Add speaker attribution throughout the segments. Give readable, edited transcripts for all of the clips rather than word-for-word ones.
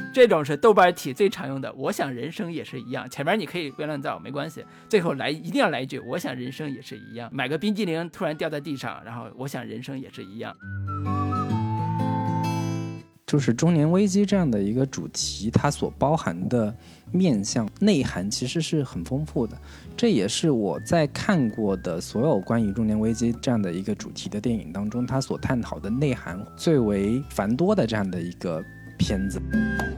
Speaker 1: 这种是豆瓣体最常用的，我想人生也是一样。前面你可以编乱造没关系，最后一定要来一句我想人生也是一样。买个冰激凌突然掉在地上，然后我想人生也是一样。
Speaker 2: 就是中年危机这样的一个主题，它所包含的面向内涵其实是很丰富的，这也是我在看过的所有关于中年危机这样的一个主题的电影当中，它所探讨的内涵最为繁多的这样的一个片子。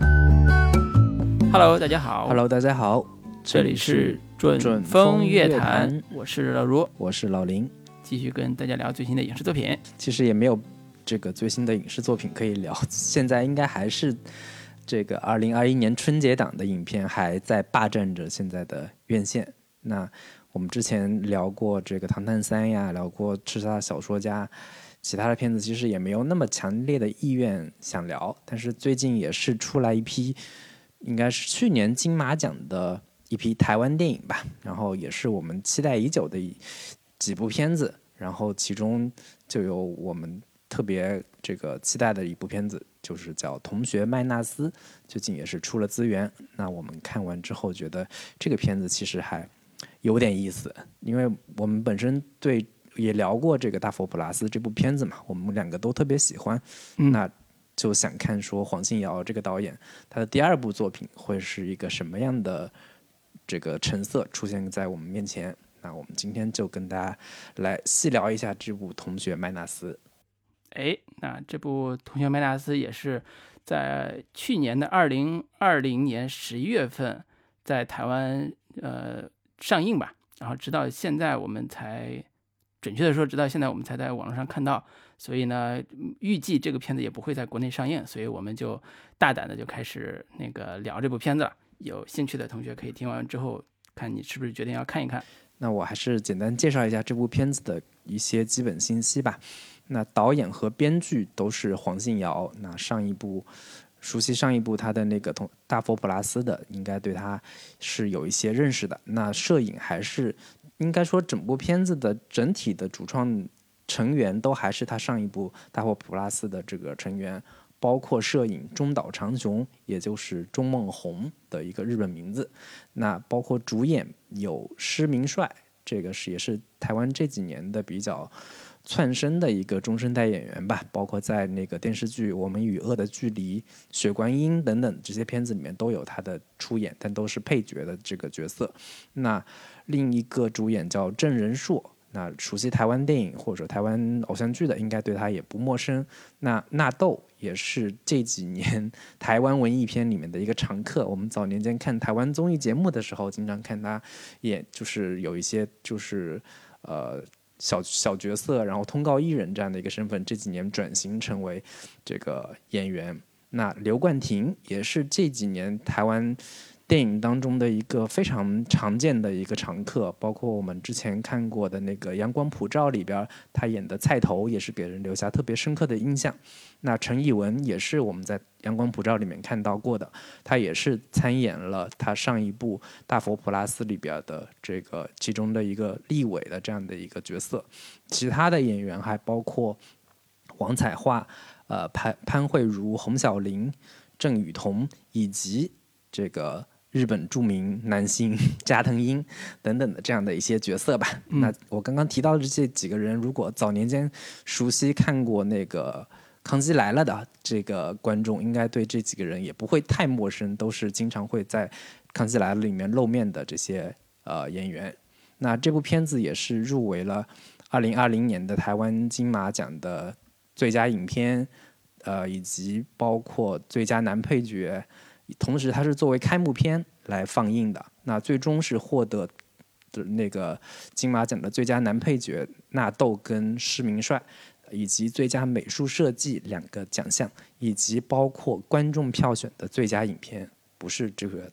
Speaker 1: Hello， 大家好。
Speaker 2: Hello， 大家好，
Speaker 1: 这里是准风乐坛，我是老卢，
Speaker 2: 我是老林，
Speaker 1: 继续跟大家聊最新的影视作品。
Speaker 2: 其实也没有这个最新的影视作品可以聊，现在应该还是这个2021年春节档的影片还在霸占着现在的院线。那我们之前聊过这个《唐探三》呀，聊过《刺杀小说家》，其他的片子其实也没有那么强烈的意愿想聊，但是最近也是出来一批，应该是去年金马奖的一批台湾电影吧，然后也是我们期待已久的几部片子，然后其中就有我们特别这个期待的一部片子，就是叫《同学麦纳斯》，最近也是出了资源。那我们看完之后觉得这个片子其实还有点意思，因为我们本身也聊过这个《大佛普拉斯》这部片子嘛，我们两个都特别喜欢，那就想看说黄信尧这个导演他的第二部作品会是一个什么样的这个成色出现在我们面前。那我们今天就跟大家来细聊一下这部《同学麦纳斯》。
Speaker 1: 那这部《同学麦纳斯》也是在去年的2020年11月份在台湾上映吧，然后直到现在我们才，准确的说直到现在我们才在网络上看到，所以呢预计这个片子也不会在国内上映，所以我们就大胆的就开始聊这部片子了。有兴趣的同学可以听完之后看你是不是决定要看一看。
Speaker 2: 那我还是简单介绍一下这部片子的一些基本信息吧。那导演和编剧都是黄信尧，那熟悉上一部他的那个大佛普拉斯的，应该对他是有一些认识的。那摄影还是应该说整部片子的整体的主创成员都还是他上一部大佛普拉斯的这个成员，包括摄影中岛长雄，也就是钟孟宏的一个日本名字。那包括主演有施明帅，这个也是台湾这几年的比较窜升的一个中生代演员吧，包括在那个电视剧《我们与恶的距离》、《血观音》等等这些片子里面都有他的出演，但都是配角的这个角色。那另一个主演叫郑仁硕，那熟悉台湾电影或者台湾偶像剧的应该对他也不陌生。那纳豆也是这几年台湾文艺片里面的一个常客，我们早年间看台湾综艺节目的时候经常看他，也就是有一些就是小角色，然后通告艺人这样的一个身份，这几年转型成为这个演员。那刘冠廷也是这几年台湾电影当中的一个非常常见的一个常客，包括我们之前看过的那个《阳光普照》里边，他演的菜头也是给人留下特别深刻的印象。那陈以文也是我们在《阳光普照》里面看到过的，他也是参演了他上一部《大佛普拉斯》里边的这个其中的一个立委的这样的一个角色。其他的演员还包括王彩桦、潘慧茹、洪小玲、郑雨桐，以及这个日本著名男星加藤鹰等等的这样的一些角色吧。那我刚刚提到的这几个人，如果早年间熟悉看过那个康熙来了的这个观众，应该对这几个人也不会太陌生，都是经常会在康熙来了里面露面的这些演员。那这部片子也是入围了2020年的台湾金马奖的最佳影片，以及包括最佳男配角，同时它是作为开幕片来放映的。那最终是获得的那个金马奖的最佳男配角纳豆跟施明帅，以及最佳美术设计2个奖项，以及包括观众票选的最佳影片，不是这个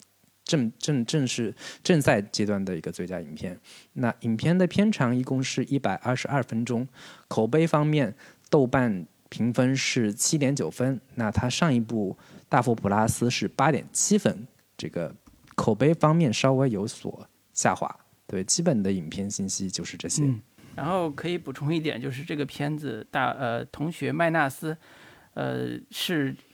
Speaker 2: 正赛阶段的一个最佳影片。那影片的片长一共是122分钟，口碑方面豆瓣评分是7.9分，那它上一部大佛普拉斯是8.7分，这个口碑方面稍微有所下滑。对，基本的影片信息就是这些。
Speaker 1: 然后可以补充一点，就是这个片子同学麦纳斯是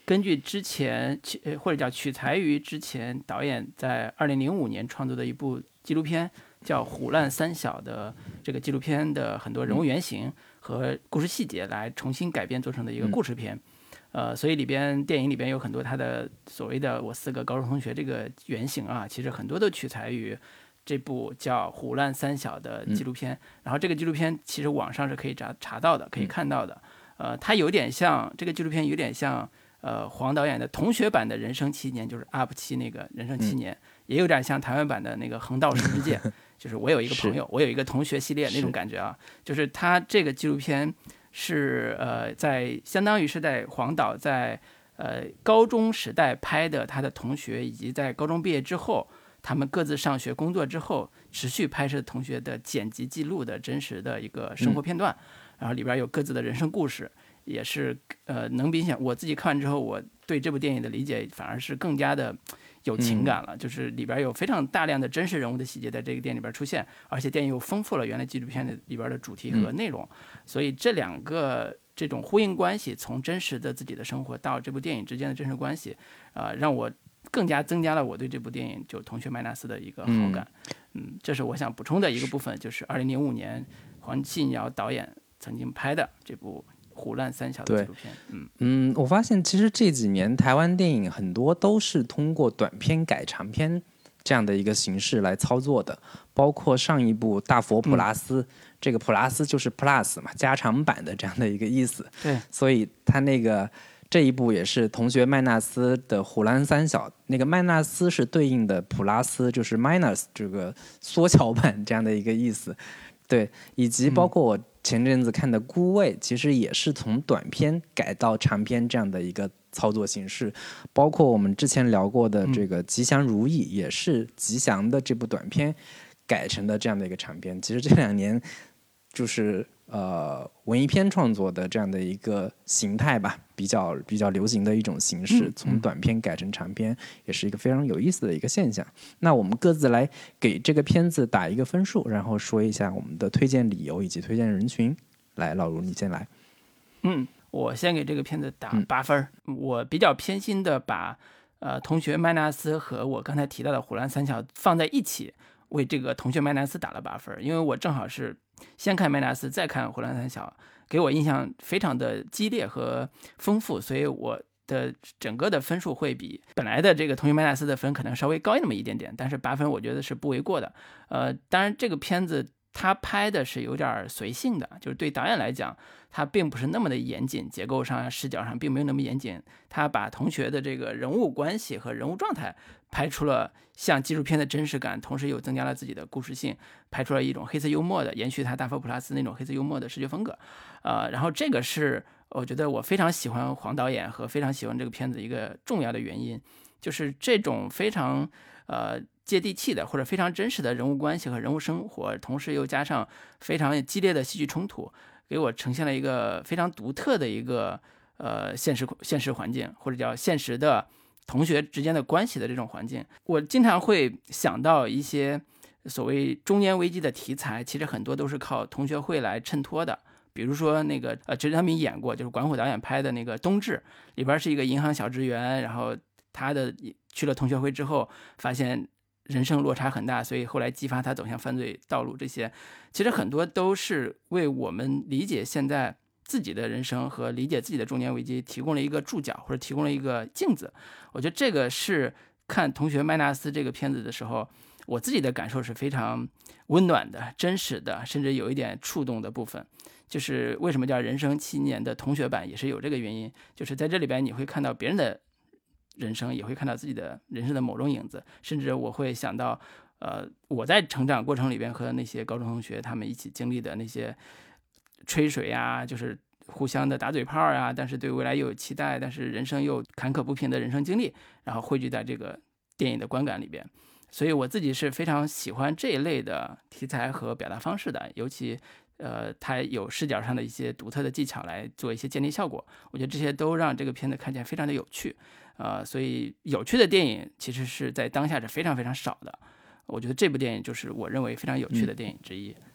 Speaker 1: 根据之前或者叫取材于之前导演在2005年创作的一部纪录片叫《虎烂三小》的这个纪录片的很多人物原型和故事细节来重新改编做成的一个故事片。所以电影里边有很多他的所谓的我4个高中同学这个原型啊，其实很多都取材于这部叫《虎烂三小》的纪录片。然后这个纪录片其实网上是可以查到的，可以看到的。它有点像这个纪录片，有点像黄导演的同学版的人生7年，就是 UP 期那个人生7年，也有点像台湾版的那个横道世之介，就是我有一个朋友，我有一个同学系列那种感觉啊。就是他这个纪录片是相当于是在黄导在高中时代拍的他的同学，以及在高中毕业之后他们各自上学工作之后持续拍摄同学的剪辑记录的真实的一个生活片段。然后里边有各自的人生故事，也是能明显我自己看完之后，我对这部电影的理解反而是更加的有情感了。就是里边有非常大量的真实人物的细节在这个电影里边出现，而且电影又丰富了原来纪录片里边的主题和内容。所以这两个这种呼应关系，从真实的自己的生活到这部电影之间的真实关系，让我更加增加了我对这部电影就《同学麦纳斯》的一个好感。这是我想补充的一个部分，就是2005年黄信尧导演曾经拍的这部虎烂三小的纪录片。
Speaker 2: 我发现其实这几年台湾电影很多都是通过短片改长片这样的一个形式来操作的，包括上一部大佛普拉斯，这个普拉斯就是 plus 嘛，加长版的这样的一个意思。
Speaker 1: 对，
Speaker 2: 所以他这一部也是同学麦纳斯的虎烂三小，那个麦纳斯是对应的普拉斯，就是 minus 这个缩小版这样的一个意思。对，以及包括我前阵子看的《孤味》，其实也是从短片改到长片这样的一个操作形式。包括我们之前聊过的这个《吉祥如意》，也是吉祥的这部短片改成的这样的一个长片。其实这2年就是文艺片创作的这样的一个形态吧，比较流行的一种形式，从短片改成长片，也是一个非常有意思的一个现象。那我们各自来给这个片子打一个分数，然后说一下我们的推荐理由以及推荐人群。来，老卢你先来。
Speaker 1: 我先给这个片子打8分。我比较偏心的把同学麦纳斯和我刚才提到的虎烂三小放在一起，为这个同学麦纳斯打了8分，因为我正好是先看麦纳斯再看虎烂三小，给我印象非常的激烈和丰富，所以我的整个的分数会比本来的这个同学麦纳斯的分可能稍微高那么一点点，但是8分我觉得是不为过的。当然这个片子他拍的是有点随性的，就是对导演来讲他并不是那么的严谨，结构上视角上并没有那么严谨，他把同学的这个人物关系和人物状态拍出了像纪录片的真实感，同时又增加了自己的故事性，拍出了一种黑色幽默的，延续他大佛普拉斯那种黑色幽默的视觉风格。然后这个是我觉得我非常喜欢黄导演和非常喜欢这个片子一个重要的原因，就是这种非常接地气的或者非常真实的人物关系和人物生活，同时又加上非常激烈的戏剧冲突，给我呈现了一个非常独特的一个现实环境，或者叫现实的同学之间的关系的这种环境。我经常会想到一些所谓中年危机的题材，其实很多都是靠同学会来衬托的。比如说那个陈昌明演过，就是管虎导演拍的那个《冬至》，里边是一个银行小职员，然后他去了同学会之后，发现人生落差很大，所以后来激发他走向犯罪道路。这些其实很多都是为我们理解现在自己的人生和理解自己的中年危机提供了一个注脚，或者提供了一个镜子。我觉得这个是看同学麦纳斯这个片子的时候，我自己的感受是非常温暖的、真实的，甚至有一点触动的部分。就是为什么叫人生7年的同学版，也是有这个原因，就是在这里边你会看到别人的人生，也会看到自己的人生的某种影子，甚至我会想到我在成长过程里边和那些高中同学他们一起经历的那些吹水啊，就是互相的打嘴炮啊，但是对未来又有期待，但是人生又坎坷不平的人生经历，然后汇聚在这个电影的观感里边。所以我自己是非常喜欢这一类的题材和表达方式的，尤其它有视角上的一些独特的技巧来做一些建立效果，我觉得这些都让这个片子看起来非常的有趣。所以有趣的电影其实是在当下是非常非常少的，我觉得这部电影就是我认为非常有趣的电影之一。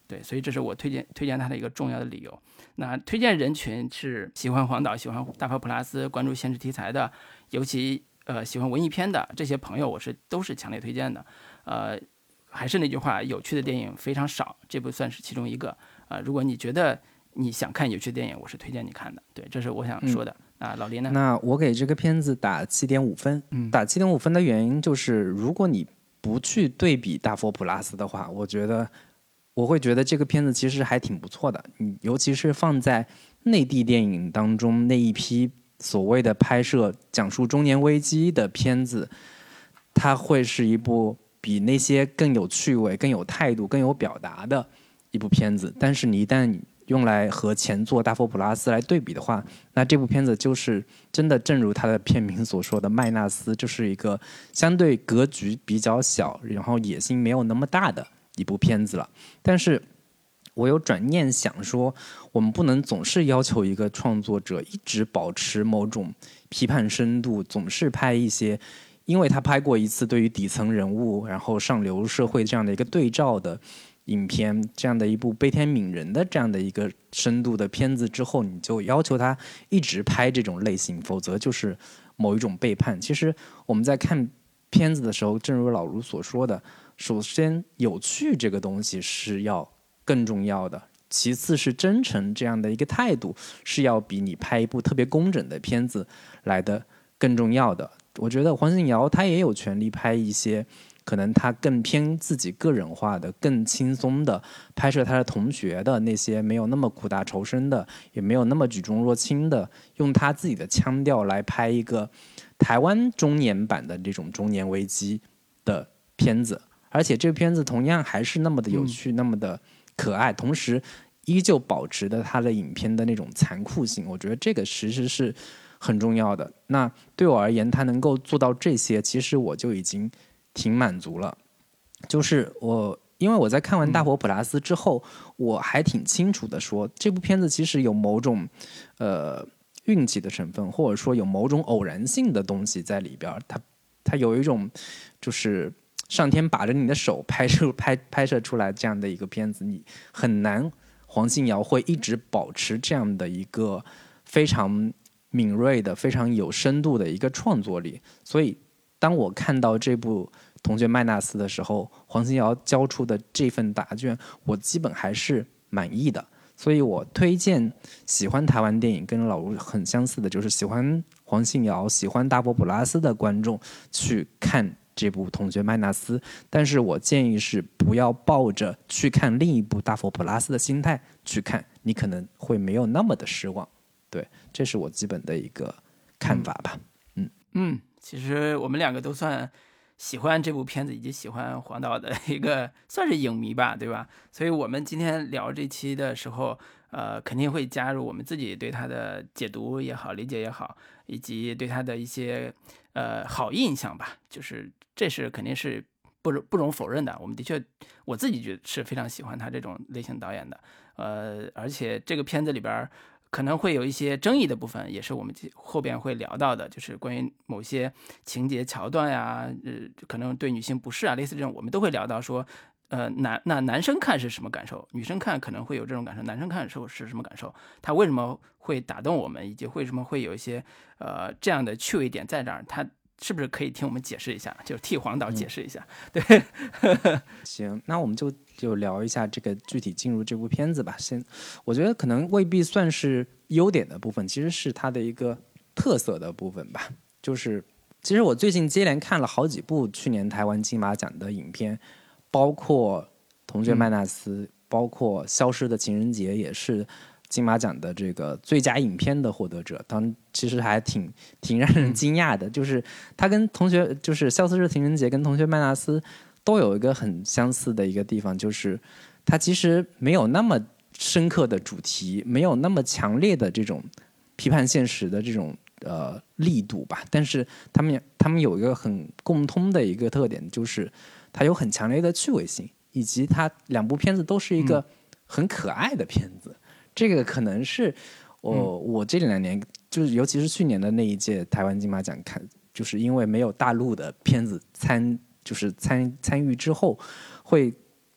Speaker 1: 对，所以这是我推荐它的一个重要的理由。那推荐人群是喜欢黄导、喜欢大佛普拉斯、关注现实题材的，尤其喜欢文艺片的这些朋友，都是强烈推荐的。还是那句话，有趣的电影非常少，这部算是其中一个。如果你觉得你想看有趣的电影，我是推荐你看的。对，这是我想说的。老林呢？
Speaker 2: 那我给这个片子打7.5分。打7.5分的原因就是，如果你不去对比大佛普拉斯的话，我会觉得这个片子其实还挺不错的。尤其是放在内地电影当中那一批所谓的拍摄讲述中年危机的片子，它会是一部比那些更有趣味、更有态度、更有表达的一部片子。但是你一旦用来和前作大佛普拉斯来对比的话，那这部片子就是真的正如它的片名所说的，麦纳斯就是一个相对格局比较小，然后野心没有那么大的一部片子了。但是我有转念想说，我们不能总是要求一个创作者一直保持某种批判深度，总是拍一些因为他拍过一次对于底层人物然后上流社会这样的一个对照的影片，这样的一部悲天悯人的这样的一个深度的片子之后，你就要求他一直拍这种类型，否则就是某一种背叛。其实我们在看片子的时候，正如老卢所说的，首先有趣这个东西是要更重要的，其次是真诚这样的一个态度是要比你拍一部特别工整的片子来的更重要的。我觉得黄信尧他也有权利拍一些可能他更偏自己个人化的、更轻松的拍摄他的同学的那些没有那么苦大仇深的，也没有那么举重若轻的，用他自己的腔调来拍一个台湾中年版的这种中年危机的片子。而且这个片子同样还是那么的有趣，那么的可爱，同时依旧保持的他的影片的那种残酷性。我觉得这个其实是很重要的。那对我而言，他能够做到这些，其实我就已经挺满足了。就是因为我在看完大佛普拉斯之后，我还挺清楚的说，这部片子其实有某种运气的成分，或者说有某种偶然性的东西在里边。它有一种就是上天把着你的手拍摄出来这样的一个片子，你很难黄信尧会一直保持这样的一个非常敏锐的、非常有深度的一个创作力。所以当我看到这部同学麦纳斯的时候，黄信尧交出的这份答卷，我基本还是满意的。所以我推荐喜欢台湾电影跟老卢很相似的，就是喜欢黄信尧、喜欢大佛普拉斯的观众去看这部同学麦纳斯。但是我建议是不要抱着去看另一部大佛普拉斯的心态去看，你可能会没有那么的失望。对，这是我基本的一个看法吧。
Speaker 1: 其实我们两个都算喜欢这部片子以及喜欢黄导的一个算是影迷吧，对吧？所以我们今天聊这期的时候，肯定会加入我们自己对他的解读也好、理解也好，以及对他的一些好印象吧。就是这是肯定是不容否认的。我们的确，我自己觉得是非常喜欢他这种类型导演的。而且这个片子里边可能会有一些争议的部分，也是我们后边会聊到的，就是关于某些情节桥段呀，可能对女性不适啊，类似这种，我们都会聊到说，男生看是什么感受，女生看可能会有这种感受，男生看是什么感受，他为什么会打动我们，以及为什么会有一些这样的趣味点在这儿，他是不是可以听我们解释一下，就是替黄导解释一下？对，
Speaker 2: 行，那我们就聊一下这个具体进入这部片子吧。我觉得可能未必算是优点的部分，其实是它的一个特色的部分吧。就是其实我最近接连看了好几部去年台湾金马奖的影片，包括《同学麦纳斯》，包括《消失的情人节》，也是金马奖的这个最佳影片的获得者。其实还挺让人惊讶的，就是他跟同学，就是《消失的情人节》跟《同学麦纳斯》都有一个很相似的一个地方，就是他其实没有那么深刻的主题，没有那么强烈的这种批判现实的这种力度吧。但是他们有一个很共通的一个特点，就是它有很强烈的趣味性，以及它两部片子都是一个很可爱的片子。这个可能是我这2年，就是尤其是去年的那一届台湾金马奖看，就是因为没有大陆的片子参与之后，会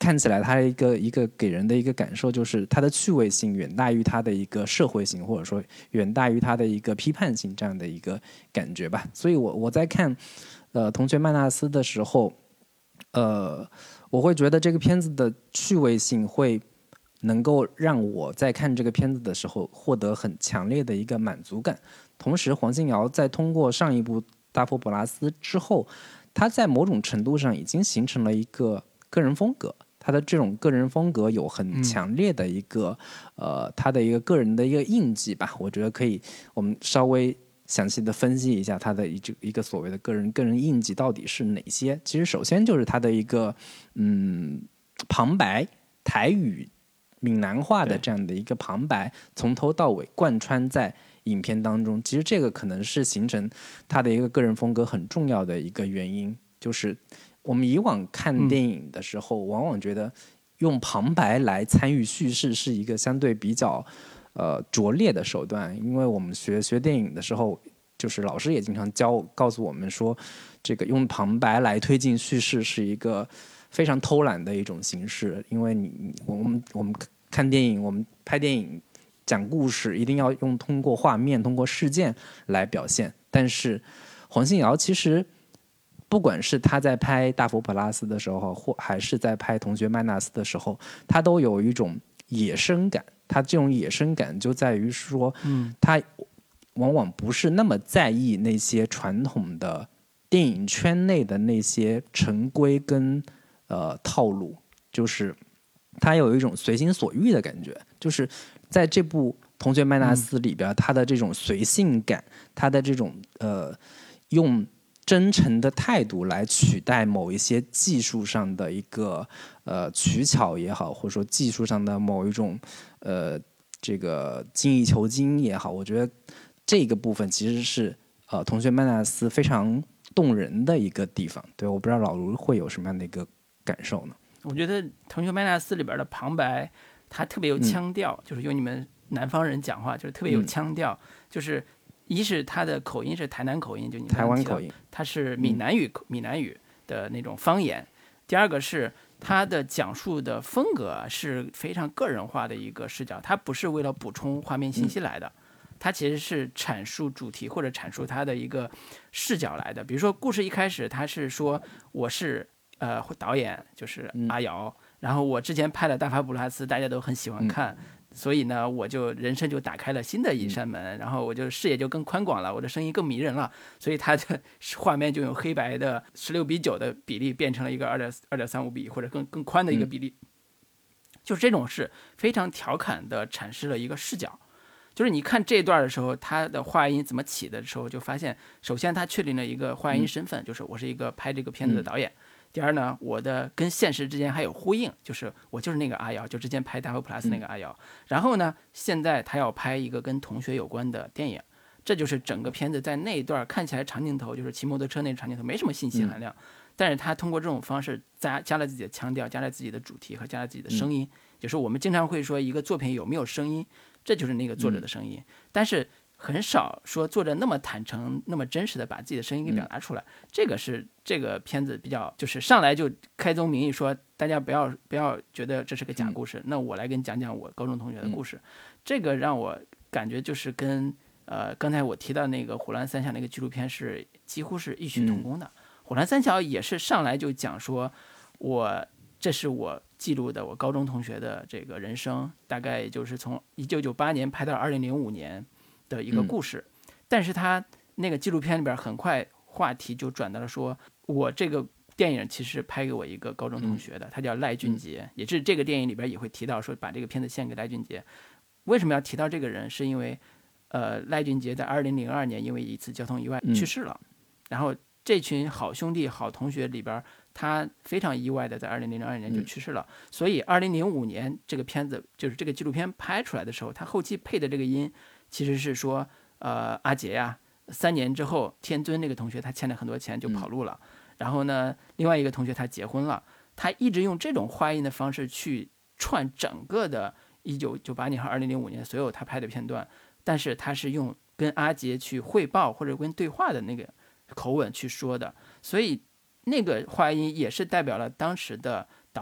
Speaker 2: 看起来它一个给人的一个感受就是它的趣味性远大于它的一个社会性，或者说远大于它的一个批判性这样的一个感觉吧。所以我在看同学麦纳斯的时候，我会觉得这个片子的趣味性会能够让我在看这个片子的时候获得很强烈的一个满足感。同时黄信尧在通过上一部《大佛普拉斯》之后，他在某种程度上已经形成了一个个人风格，他的这种个人风格有很强烈的一个他的一个个人的一个印记吧。我觉得可以我们稍微详细的分析一下他的一个所谓的个人印记到底是哪些。其实首先就是他的一个旁白，台语闽南话的这样的一个旁白，从头到尾贯穿在影片当中。其实这个可能是形成他的一个个人风格很重要的一个原因，就是我们以往看电影的时候，往往觉得用旁白来参与叙事是一个相对比较拙劣的手段。因为我们学电影的时候，就是老师也经常告诉我们说，这个用旁白来推进叙事是一个非常偷懒的一种形式。因为我们看电影，我们拍电影讲故事一定要通过画面通过事件来表现。但是黄信尧其实不管是他在拍大佛普拉斯的时候，还是在拍同学麦纳斯的时候，他都有一种野生感。他这种野生感就在于说，他往往不是那么在意那些传统的电影圈内的那些陈规跟套路，就是他有一种随心所欲的感觉。就是在这部同学麦纳斯里边，他的这种随性感，他的这种用真诚的态度来取代某一些技术上的一个取巧也好，或者说技术上的某一种这个精益求精也好，我觉得这个部分其实是同学麦纳斯非常动人的一个地方。对，我不知道老卢会有什么样的一个感受呢？
Speaker 1: 我觉得同学麦纳斯里边的旁白他特别有腔调，就是用你们南方人讲话就是特别有腔调，就是一是他的口音是台南口音，就你
Speaker 2: 台湾口音，
Speaker 1: 他是闽南语的那种方言。第二个是他的讲述的风格是非常个人化的一个视角，他不是为了补充画面信息来的，他其实是阐述主题或者阐述他的一个视角来的。比如说故事一开始他是说我是导演，就是阿瑶，然后我之前拍了大法普拉斯大家都很喜欢看，所以呢我就人生就打开了新的一扇门，然后我就视野就更宽广了，我的声音更迷人了，所以他的画面就用黑白的16:9的比例变成了一个2.35比或者更宽的一个比例，就是这种是非常调侃的阐释了一个视角。就是你看这一段的时候，他的话音怎么起的时候，就发现首先他确定了一个话音身份，就是我是一个拍这个片子的导演。第二呢，我的跟现实之间还有呼应，就是我就是那个阿瑶，就之前拍大佛普拉斯那个阿瑶。然后呢，现在他要拍一个跟同学有关的电影，这就是整个片子在那一段看起来长镜头，就是骑摩托车那个长镜头没什么信息含量，但是他通过这种方式加了自己的腔调，加了自己的主题和加了自己的声音。就是我们经常会说一个作品有没有声音，这就是那个作者的声音，但是很少说作者那么坦诚那么真实的把自己的声音给表达出来。这个是这个片子比较就是上来就开宗明义说大家不要觉得这是个假故事，那我来跟你讲讲我高中同学的故事。这个让我感觉就是跟刚才我提到那个虎兰三峡那个纪录片是几乎是异曲同工的。虎兰三峡也是上来就讲说这是我记录的我高中同学的这个人生，大概也就是从1998年拍到2005年的一个故事。但是他那个纪录片里边很快话题就转到了说，我这个电影其实拍给我一个高中同学的，他叫赖俊杰，也是这个电影里边也会提到说把这个片子献给赖俊杰。为什么要提到这个人？是因为赖俊杰在2002年因为一次交通意外去世了，然后这群好兄弟好同学里边他非常意外的在2002年就去世了。所以2005年这个片子就是这个纪录片拍出来的时候，他后期配的这个音其实是说阿杰呀，3年之后天尊那个同学他欠了很多钱就跑路了，然后呢另外一个同学他结婚了，他一直用这种话音的方式去串整个的1998年和2005年所有他拍的片段，但是他是用跟阿杰去汇报或者跟对话的那个口吻去说的，所以那个话音也是代表了当时的导演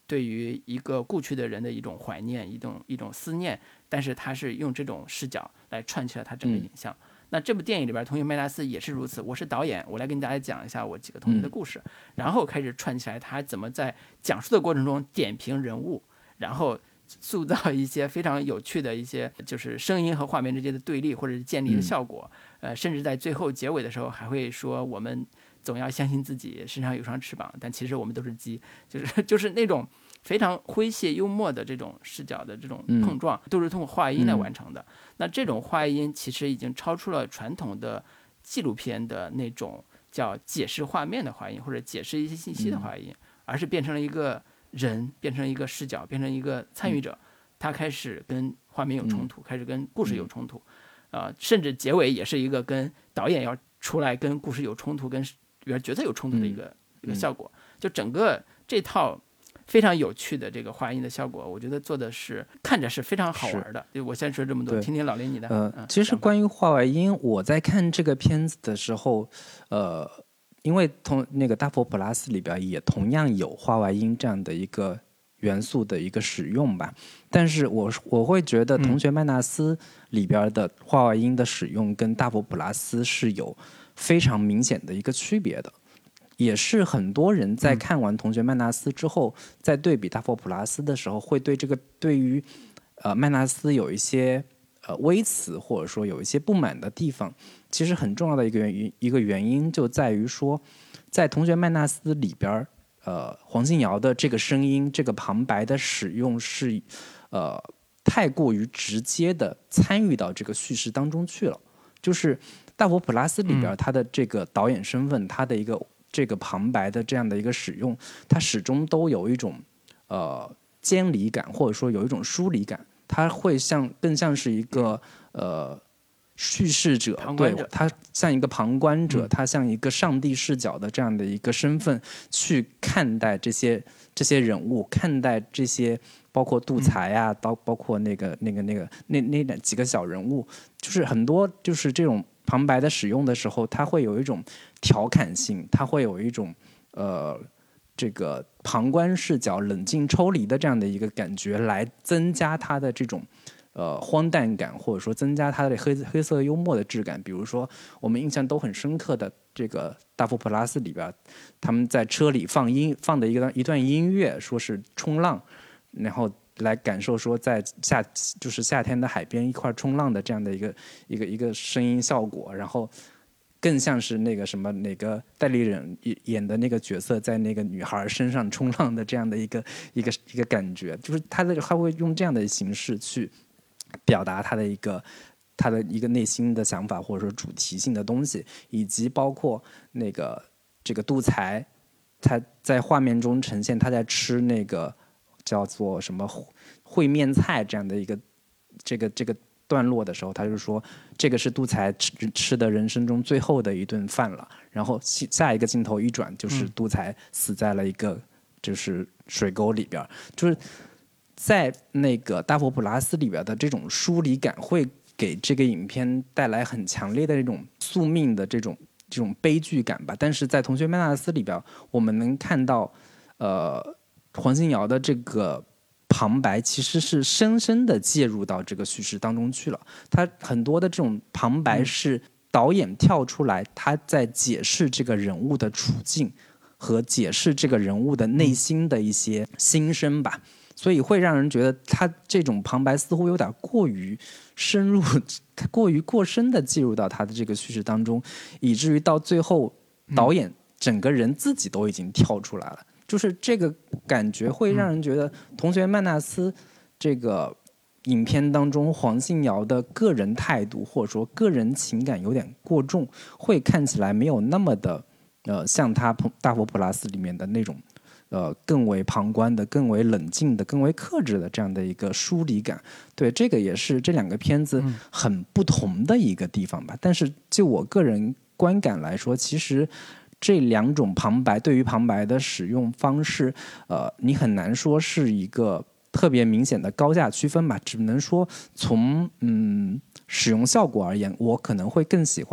Speaker 1: 对于一个故去的人的一种怀念，一种思念，但是他是用这种视角来串起了他整个影像。那这部电影里边，同学麦纳斯也是如此。我是导演，我来跟大家讲一下我几个同学的故事，然后开始串起来他怎么在讲述的过程中点评人物，然后塑造一些非常有趣的一些就是声音和画面之间的对立或者是建立的效果。甚至在最后结尾的时候还会说我们总要相信自己身上有双翅膀，但其实我们都是鸡，就是那种非常诙谐幽默的这种视角的这种碰撞，都是通过话音来完成的。那这种话音其实已经超出了传统的纪录片的那种叫解释画面的话音或者解释一些信息的话音，而是变成了一个人，变成一个视角，变成一个参与者，他开始跟画面有冲突，开始跟故事有冲突，甚至结尾也是一个跟导演要出来跟故事有冲突，跟里边角色有冲突的一个效果。就整个这套非常有趣的这个话音的效果，我觉得做的是看着是非常好玩的。我先说这么多，听听老林你的。
Speaker 2: 其实关于话外音，我在看这个片子的时候，因为那个大佛普拉斯里边也同样有话外音这样的一个元素的一个使用吧，但是我会觉得同学麦纳斯里边的话外音的使用跟大佛普拉斯是有非常明显的一个区别的。也是很多人在看完同学麦纳斯之后，在对比大佛普拉斯的时候，会对于麦纳斯有一些微词，或者说有一些不满的地方。其实很重要的一个原因就在于说，在同学麦纳斯里边，黄信尧的这个声音，这个旁白的使用是太过于直接的参与到这个叙事当中去了。就是大佛普拉斯里边，他的这个导演身份，他的一个这个旁白的这样的一个使用，它始终都有一种监理感，或者说有一种疏离感，它会更像是一个叙事者，对，他像一个旁观者，他像一个上帝视角的这样的一个身份去看待这些人物，看待这些包括杜才啊，包括那几个小人物，就是很多就是这种旁白的使用的时候，它会有一种调侃性，它会有一种这个旁观视角、冷静抽离的这样的一个感觉，来增加它的这种荒诞感，或者说增加它的黑色幽默的质感。比如说我们印象都很深刻的这个大佛普拉斯里边，他们在车里放的一段音乐，说是冲浪，然后来感受说在就是夏天的海边一块冲浪的这样的一个声音效果，然后更像是那个什么哪个戴立忍演的那个角色在那个女孩身上冲浪的这样的一个感觉，就是他会用这样的形式去表达他的一个内心的想法，或者说主题性的东西，以及包括这个杜才他在画面中呈现他在吃那个叫做什么烩面菜这样的一个这个段落的时候，他就说这个是杜才吃的人生中最后的一顿饭了，然后下一个镜头一转，就是杜才死在了一个就是水沟里边，就是在那个大佛普拉斯里边的这种疏离感，会给这个影片带来很强烈的这种宿命的这种悲剧感吧。但是在同学麦纳斯里边，我们能看到黄信尧的这个旁白其实是深深的介入到这个叙事当中去了。他很多的这种旁白是导演跳出来，他在解释这个人物的处境和解释这个人物的内心的一些心声吧。所以会让人觉得他这种旁白似乎有点过于深入，过深的介入到他的这个叙事当中，以至于到最后导演整个人自己都已经跳出来了。就是这个感觉会让人觉得同学麦纳斯这个影片当中黄信尧的个人态度或者说个人情感有点过重，会看起来没有那么的像他大佛普拉斯里面的那种更为旁观的、更为冷静的、更为克制的这样的一个疏离感。对，这个也是这两个片子很不同的一个地方吧。但是就我个人观感来说，其实这两种旁白对于旁白的使用方式，你很难说是一个特别明显的高下区分吧。只能说从使用效果而言，我可能会更喜欢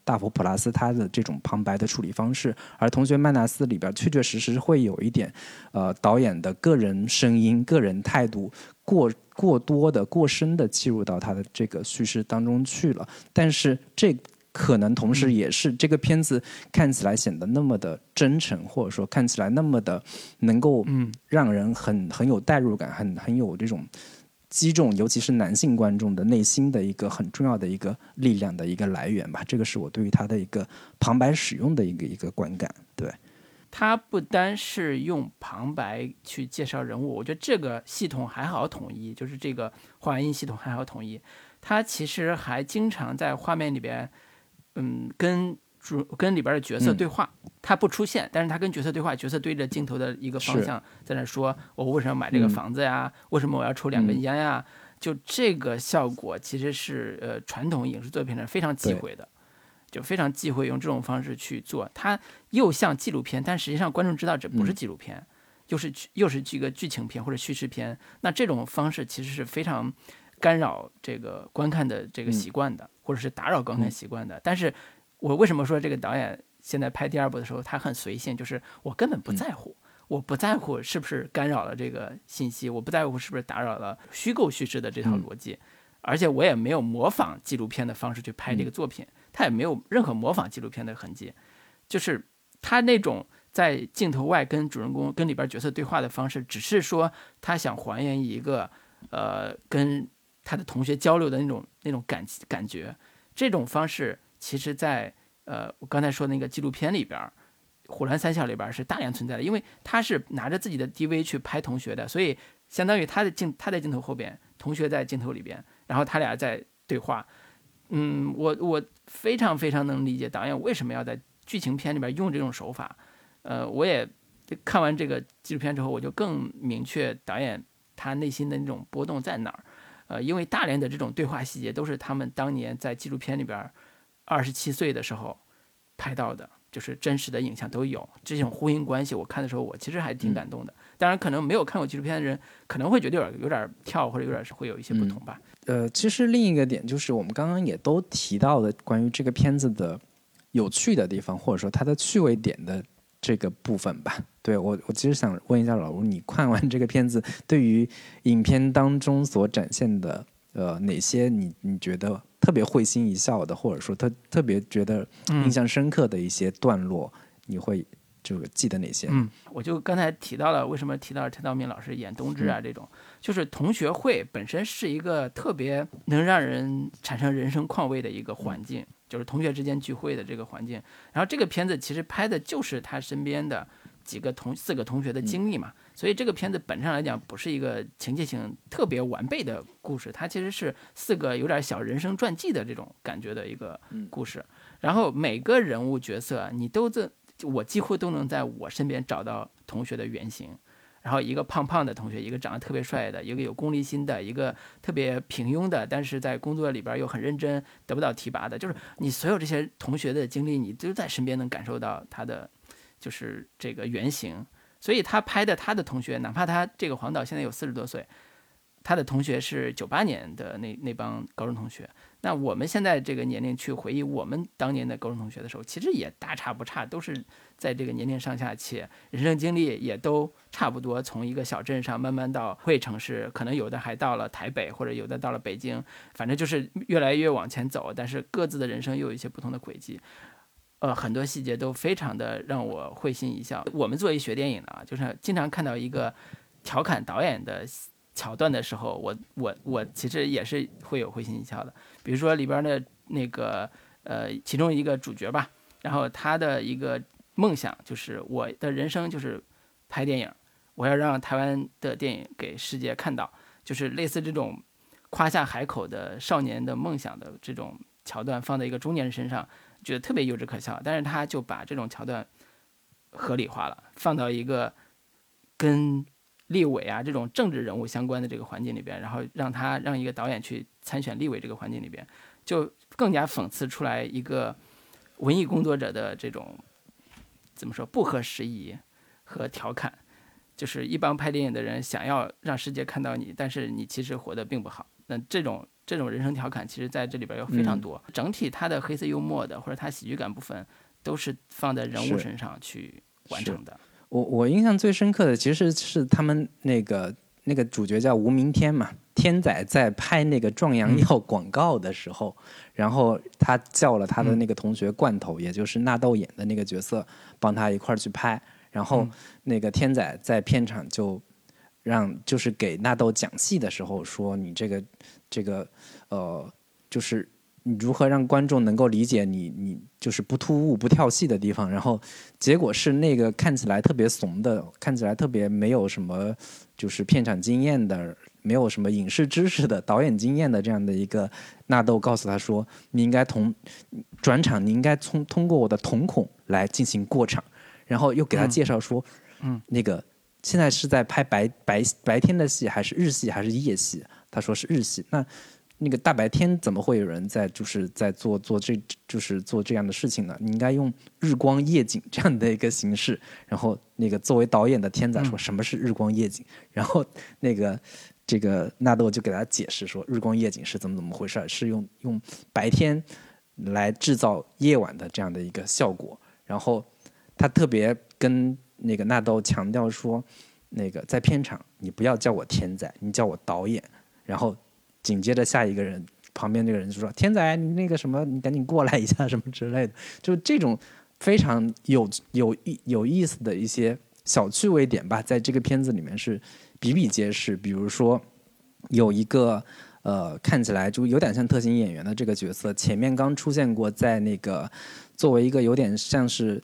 Speaker 2: 大佛普拉斯他的这种旁白的处理方式，而同学麦纳斯里边确确实实会有一点导演的个人声音、个人态度过多的、过深的契入到他的这个叙事当中去了。但是这可能同时也是这个片子看起来显得那么的真诚，或者说看起来那么的能够让人很有代入感，很有这种击中尤其是男性观众的内心的一个很重要的一个力量的一个来源吧。这个是我对于他的一个旁白使用的一个观感。对，
Speaker 1: 他不单是用旁白去介绍人物，我觉得这个系统还好统一，就是这个画音系统还好统一。他其实还经常在画面里边跟里边的角色对话，他不出现，但是他跟角色对话，角色对着镜头的一个方向在那说，我为什么要买这个房子呀？为什么我要抽2根烟呀？就这个效果其实是传统影视作品上非常忌讳的，就非常忌讳用这种方式去做。它又像纪录片，但实际上观众知道这不是纪录片，又是这个剧情片或者叙事片。那这种方式其实是非常干扰这个观看的这个习惯的，或者是打扰观看习惯的。但是我为什么说这个导演现在拍第2部的时候他很随性，就是我根本不在乎，我不在乎是不是干扰了这个信息，我不在乎是不是打扰了虚构叙事的这套逻辑，而且我也没有模仿纪录片的方式去拍这个作品，他也没有任何模仿纪录片的痕迹，就是他那种在镜头外跟主人公跟里边角色对话的方式，只是说他想还原一个跟他的同学交流的那种感觉。这种方式其实在我刚才说的那个纪录片里边，虎兰三校里边是大量存在的，因为他是拿着自己的 DV 去拍同学的，所以相当于他在镜头后边，同学在镜头里边，然后他俩在对话。我非常非常能理解导演为什么要在剧情片里边用这种手法。我也看完这个纪录片之后，我就更明确导演他内心的那种波动在哪儿。因为大量的这种对话细节都是他们当年在纪录片里边27岁的时候拍到的，就是真实的影像都有。这种呼应关系，我看的时候我其实还挺感动的。当然，可能没有看过纪录片的人可能会觉得有点跳，或者有点会有一些不同吧。
Speaker 2: 其实另一个点就是我们刚刚也都提到的关于这个片子的有趣的地方，或者说它的趣味点的这个部分吧。对，我其实想问一下老卢，你看完这个片子，对于影片当中所展现的哪些你觉得特别会心一笑的，或者说特别觉得印象深刻的一些段落，你会就记得哪些？
Speaker 1: 我就刚才提到了，为什么提到陈道明老师演冬至啊这种，就是同学会本身是一个特别能让人产生人生况味的一个环境，就是同学之间聚会的这个环境。然后这个片子其实拍的就是他身边的4个同学的经历嘛，所以这个片子本质上来讲不是一个情节性特别完备的故事，它其实是4个有点小人生传记的这种感觉的一个故事。然后每个人物角色我几乎都能在我身边找到同学的原型。然后一个胖胖的同学，一个长得特别帅的，一个有功利心的，一个特别平庸的，但是在工作里边又很认真，得不到提拔的，就是你所有这些同学的经历，你都在身边能感受到他的就是这个原型。所以他拍的他的同学，哪怕他这个黄导现在有40多岁，他的同学是98年的那帮高中同学。那我们现在这个年龄去回忆我们当年的高中同学的时候，其实也大差不差，都是在这个年龄上下，且人生经历也都差不多，从一个小镇上慢慢到会城市，可能有的还到了台北，或者有的到了北京，反正就是越来越往前走，但是各自的人生又有一些不同的轨迹。很多细节都非常的让我会心一笑。我们作为学电影的啊，就是经常看到一个调侃导演的桥段的时候，我其实也是会有会心一笑的。比如说里边的那个其中一个主角吧，然后他的一个梦想就是我的人生就是拍电影，我要让台湾的电影给世界看到，就是类似这种夸下海口的少年的梦想的这种桥段放在一个中年人身上，觉得特别幼稚可笑。但是他就把这种桥段合理化了，放到一个跟立委啊这种政治人物相关的这个环境里边，然后让一个导演去参选立委这个环境里边，就更加讽刺出来一个文艺工作者的这种怎么说不合时宜和调侃。就是一帮拍电影的人想要让世界看到你，但是你其实活得并不好。那这种这种人生调侃，其实在这里边有非常多。整体它的黑色幽默的或者它喜剧感部分，都是放在人物身上去完成的。
Speaker 2: 我印象最深刻的其实是他们那个主角叫吴明天嘛，天仔在拍那个壮阳药广告的时候，然后他叫了他的那个同学罐头，也就是纳豆演的那个角色，帮他一块儿去拍。然后那个天仔在片场就是给纳豆讲戏的时候说，你这个就是你如何让观众能够理解你就是不突兀不跳戏的地方。然后结果是那个看起来特别怂的，看起来特别没有什么就是片场经验的，没有什么影视知识的导演经验的这样的一个纳豆告诉他说，你应该转场，你应该通过我的瞳孔来进行过场。然后又给他介绍说，那个现在是在拍白天的戏还是日戏还是夜戏？他说是日戏。那个大白天怎么会有人在做这样的事情呢？你应该用日光夜景这样的一个形式。然后那个作为导演的天仔说什么是日光夜景？然后这个纳豆就给他解释说，日光夜景是怎么回事，是用白天来制造夜晚的这样的一个效果。然后他特别跟那个纳豆强调说，那个在片场你不要叫我天仔，你叫我导演。然后紧接着下一个人旁边这个人就说，天仔你那个什么你赶紧过来一下什么之类的。就这种非常有意思的一些小趣味点吧，在这个片子里面是比比皆是。比如说有一个看起来就有点像特型演员的这个角色，前面刚出现过，在那个作为一个有点像是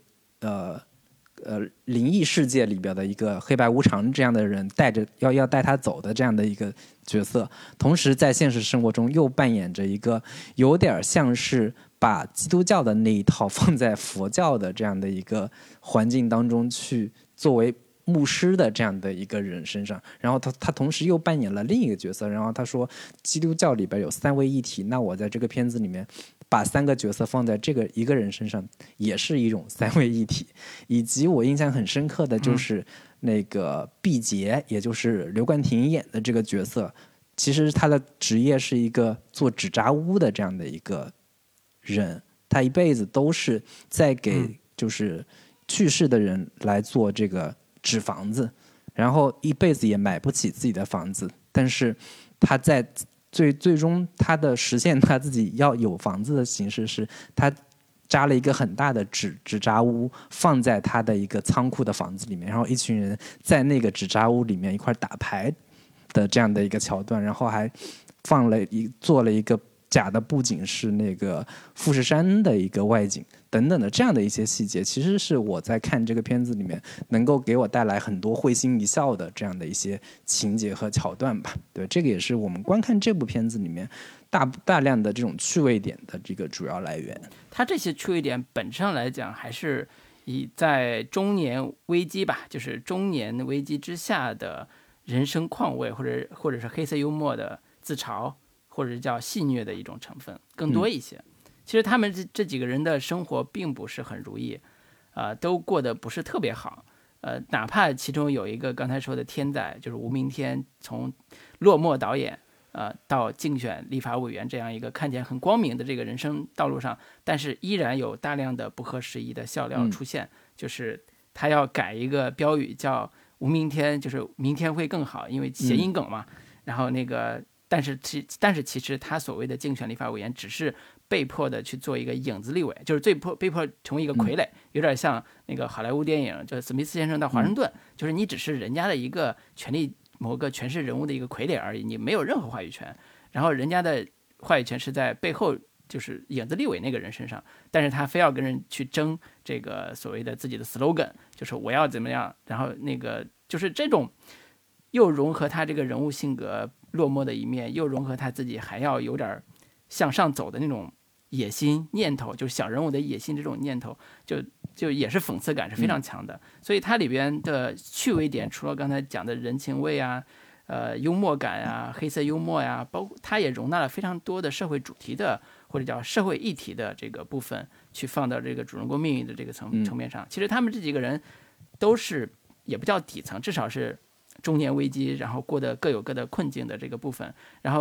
Speaker 2: 灵异世界里边的一个黑白无常这样的人，要带他走的这样的一个角色，同时在现实生活中又扮演着一个有点像是把基督教的那一套放在佛教的这样的一个环境当中去作为牧师的这样的一个人身上。然后他同时又扮演了另一个角色，然后他说基督教里边有三位一体，那我在这个片子里面把三个角色放在这个一个人身上也是一种三位一体。以及我印象很深刻的就是那个毕节，也就是刘冠廷演的这个角色，其实他的职业是一个做纸扎屋的这样的一个人，他一辈子都是在给就是去世的人来做这个纸房子，然后一辈子也买不起自己的房子，但是他在最终他的实现他自己要有房子的形式是他扎了一个很大的纸扎屋放在他的一个仓库的房子里面，然后一群人在那个纸扎屋里面一块打牌的这样的一个桥段，然后还做了一个假的布景是那个富士山的一个外景等等的这样的一些细节，其实是我在看这个片子里面能够给我带来很多会心一笑的这样的一些情节和桥段吧。对，这个也是我们观看这部片子里面大量的这种趣味点的这个主要来源。
Speaker 1: 它这些趣味点本质上来讲还是以在中年危机吧，就是中年危机之下的人生况味，或者是黑色幽默的自嘲，或者叫戏谑的一种成分更多一些。其实他们这几个人的生活并不是很如意，都过得不是特别好。哪怕其中有一个刚才说的天仔，就是吴明天，从落寞导演到竞选立法委员这样一个看起来很光明的这个人生道路上，但是依然有大量的不合时宜的笑料出现。就是他要改一个标语叫吴明天，就是明天会更好，因为谐音梗嘛。然后那个但是其实他所谓的竞选立法委员只是被迫的去做一个影子立委，就是被迫成为一个傀儡，有点像那个好莱坞电影就是史密斯先生到华盛顿，就是你只是人家的一个某个权势人物的一个傀儡而已，你没有任何话语权，然后人家的话语权是在背后就是影子立委那个人身上，但是他非要跟人去争这个所谓的自己的 slogan， 就是我要怎么样，然后那个就是这种又融合他这个人物性格落寞的一面，又融合他自己还要有点向上走的那种野心念头，就是小人物的野心这种念头，就也是讽刺感是非常强的。所以它里边的趣味点，除了刚才讲的人情味啊、幽默感啊、黑色幽默呀，包括它也容纳了非常多的社会主题的或者叫社会议题的这个部分，去放到这个主人公命运的这个层面上。其实他们这几个人都是也不叫底层，至少是中年危机，然后过得各有各的困境的这个部分，然后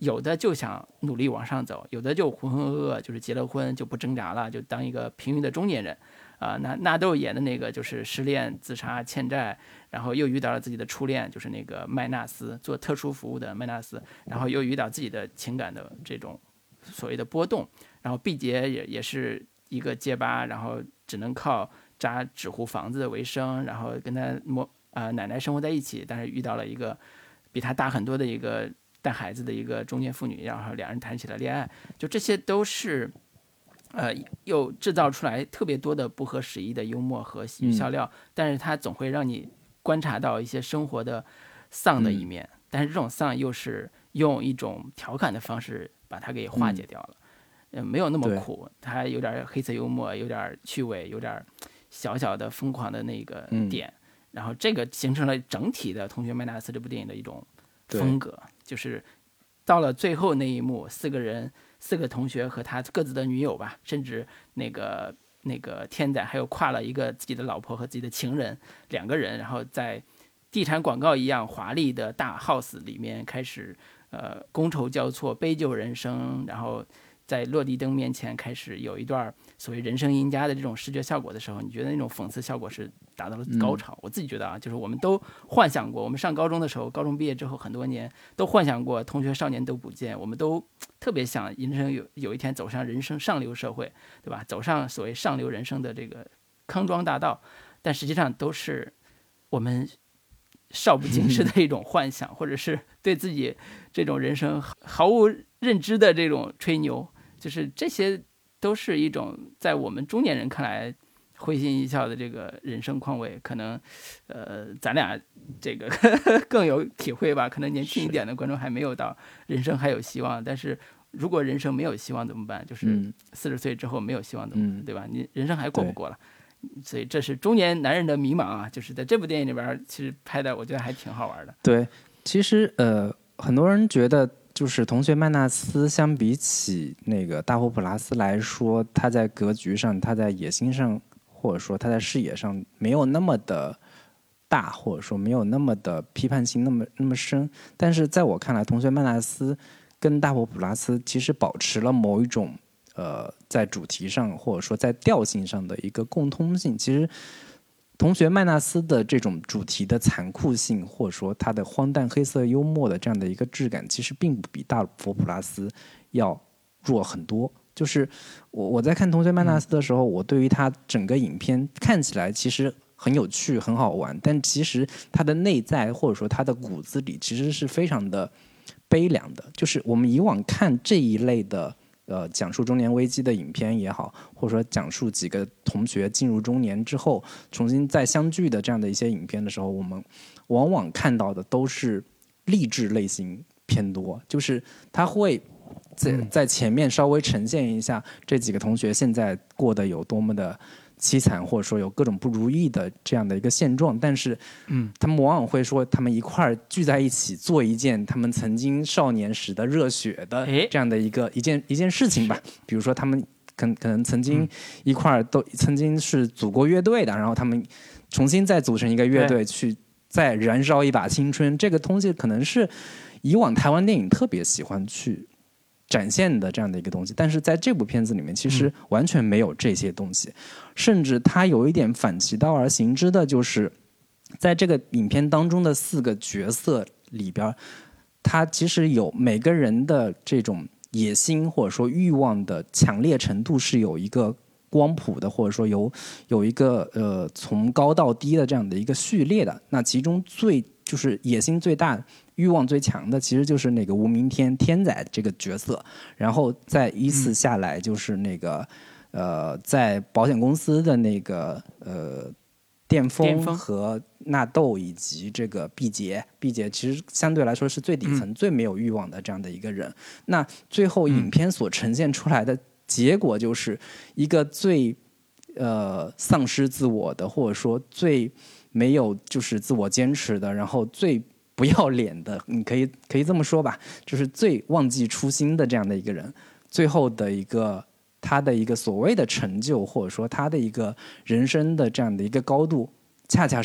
Speaker 1: 有的就想努力往上走，有的就浑浑噩噩，就是结了婚就不挣扎了，就当一个平庸的中年人。那纳豆演的那个就是失恋、自杀、欠债，然后又遇到了自己的初恋，就是那个麦纳斯，做特殊服务的麦纳斯，然后又遇到自己的情感的这种所谓的波动。然后毕节也是一个结巴，然后只能靠扎纸糊房子为生，然后跟他奶奶生活在一起，但是遇到了一个比他大很多的一个带孩子的一个中年妇女，然后两人谈起了恋爱。就这些都是又制造出来特别多的不合时宜的幽默和喜剧笑料，但是它总会让你观察到一些生活的丧的一面，但是这种丧又是用一种调侃的方式把它给化解掉了，没有那么苦，它有点黑色幽默，有点趣味，有点小小的疯狂的那个点，然后这个形成了整体的《同学麦纳斯》这部电影的一种风格，就是到了最后那一幕，四个同学和他各自的女友吧，甚至那个天仔还有跨了一个自己的老婆和自己的情人2个人，然后在地产广告一样华丽的大 house 里面开始觥筹交错，杯酒人生，然后在落地灯面前开始有一段所谓人生赢家的这种视觉效果的时候，你觉得那种讽刺效果是达到了高潮。我自己觉得就是我们都幻想过，我们上高中的时候，高中毕业之后很多年都幻想过同学少年都不见，我们都特别想人生有一天走上人生上流社会，对吧？走上所谓上流人生的这个康庄大道，但实际上都是我们少不经事的一种幻想，或者是对自己这种人生毫无认知的这种吹牛，就是这些都是一种在我们中年人看来会心一笑的这个人生况味。可能咱俩这个更有体会吧，可能年轻一点的观众还没有到人生还有希望，但是如果人生没有希望怎么办？就是40岁之后没有希望怎么办，对吧？你人生还过不过了？所以这是中年男人的迷茫啊，就是在这部电影里边其实拍的我觉得还挺好玩的。
Speaker 2: 对，其实很多人觉得就是同学麦纳斯相比起那个大佛普拉斯来说，他在格局上，他在野心上，或者说他在视野上没有那么的大，或者说没有那么的批判性那么深。但是在我看来，同学麦纳斯跟大佛普拉斯其实保持了某一种在主题上或者说在调性上的一个共通性。其实同学麦纳斯的这种主题的残酷性，或者说它的荒诞黑色幽默的这样的一个质感，其实并不比大佛普拉斯要弱很多。就是我在看同学麦纳斯的时候，我对于他整个影片看起来其实很有趣很好玩，但其实他的内在或者说他的骨子里其实是非常的悲凉的。就是我们以往看这一类的讲述中年危机的影片也好，或者说讲述几个同学进入中年之后重新再相聚的这样的一些影片的时候，我们往往看到的都是励志类型偏多，就是他会在前面稍微呈现一下这几个同学现在过得有多么的凄惨，或者说有各种不如意的这样的一个现状，但是他们往往会说他们一块儿聚在一起做一件他们曾经少年时的热血的这样的一件事情吧。比如说他们可能曾经一块儿都曾经是组过乐队的，然后他们重新再组成一个乐队去再燃烧一把青春，这个东西可能是以往台湾电影特别喜欢去展现的这样的一个东西，但是在这部片子里面其实完全没有这些东西，甚至它有一点反其道而行之的，就是在这个影片当中的4个角色里边，他其实有每个人的这种野心或者说欲望的强烈程度是有一个光谱的，或者说有一个从高到低的这样的一个序列的。那其中就是野心最大欲望最强的其实就是那个吴明天仔这个角色，然后再依次下来就是那个在保险公司的那个巅峰和纳豆以及这个毕节其实相对来说是最底层最没有欲望的这样的一个人。那最后影片所呈现出来的结果就是一个最丧失自我的，或者说最没有就是自我坚持的，然后最不要脸的，你可以这么说吧，就是最忘记初心的这样的一个人，最后的他的一个所谓的成就，或者说他的一个人生的这样的一个高度，恰恰是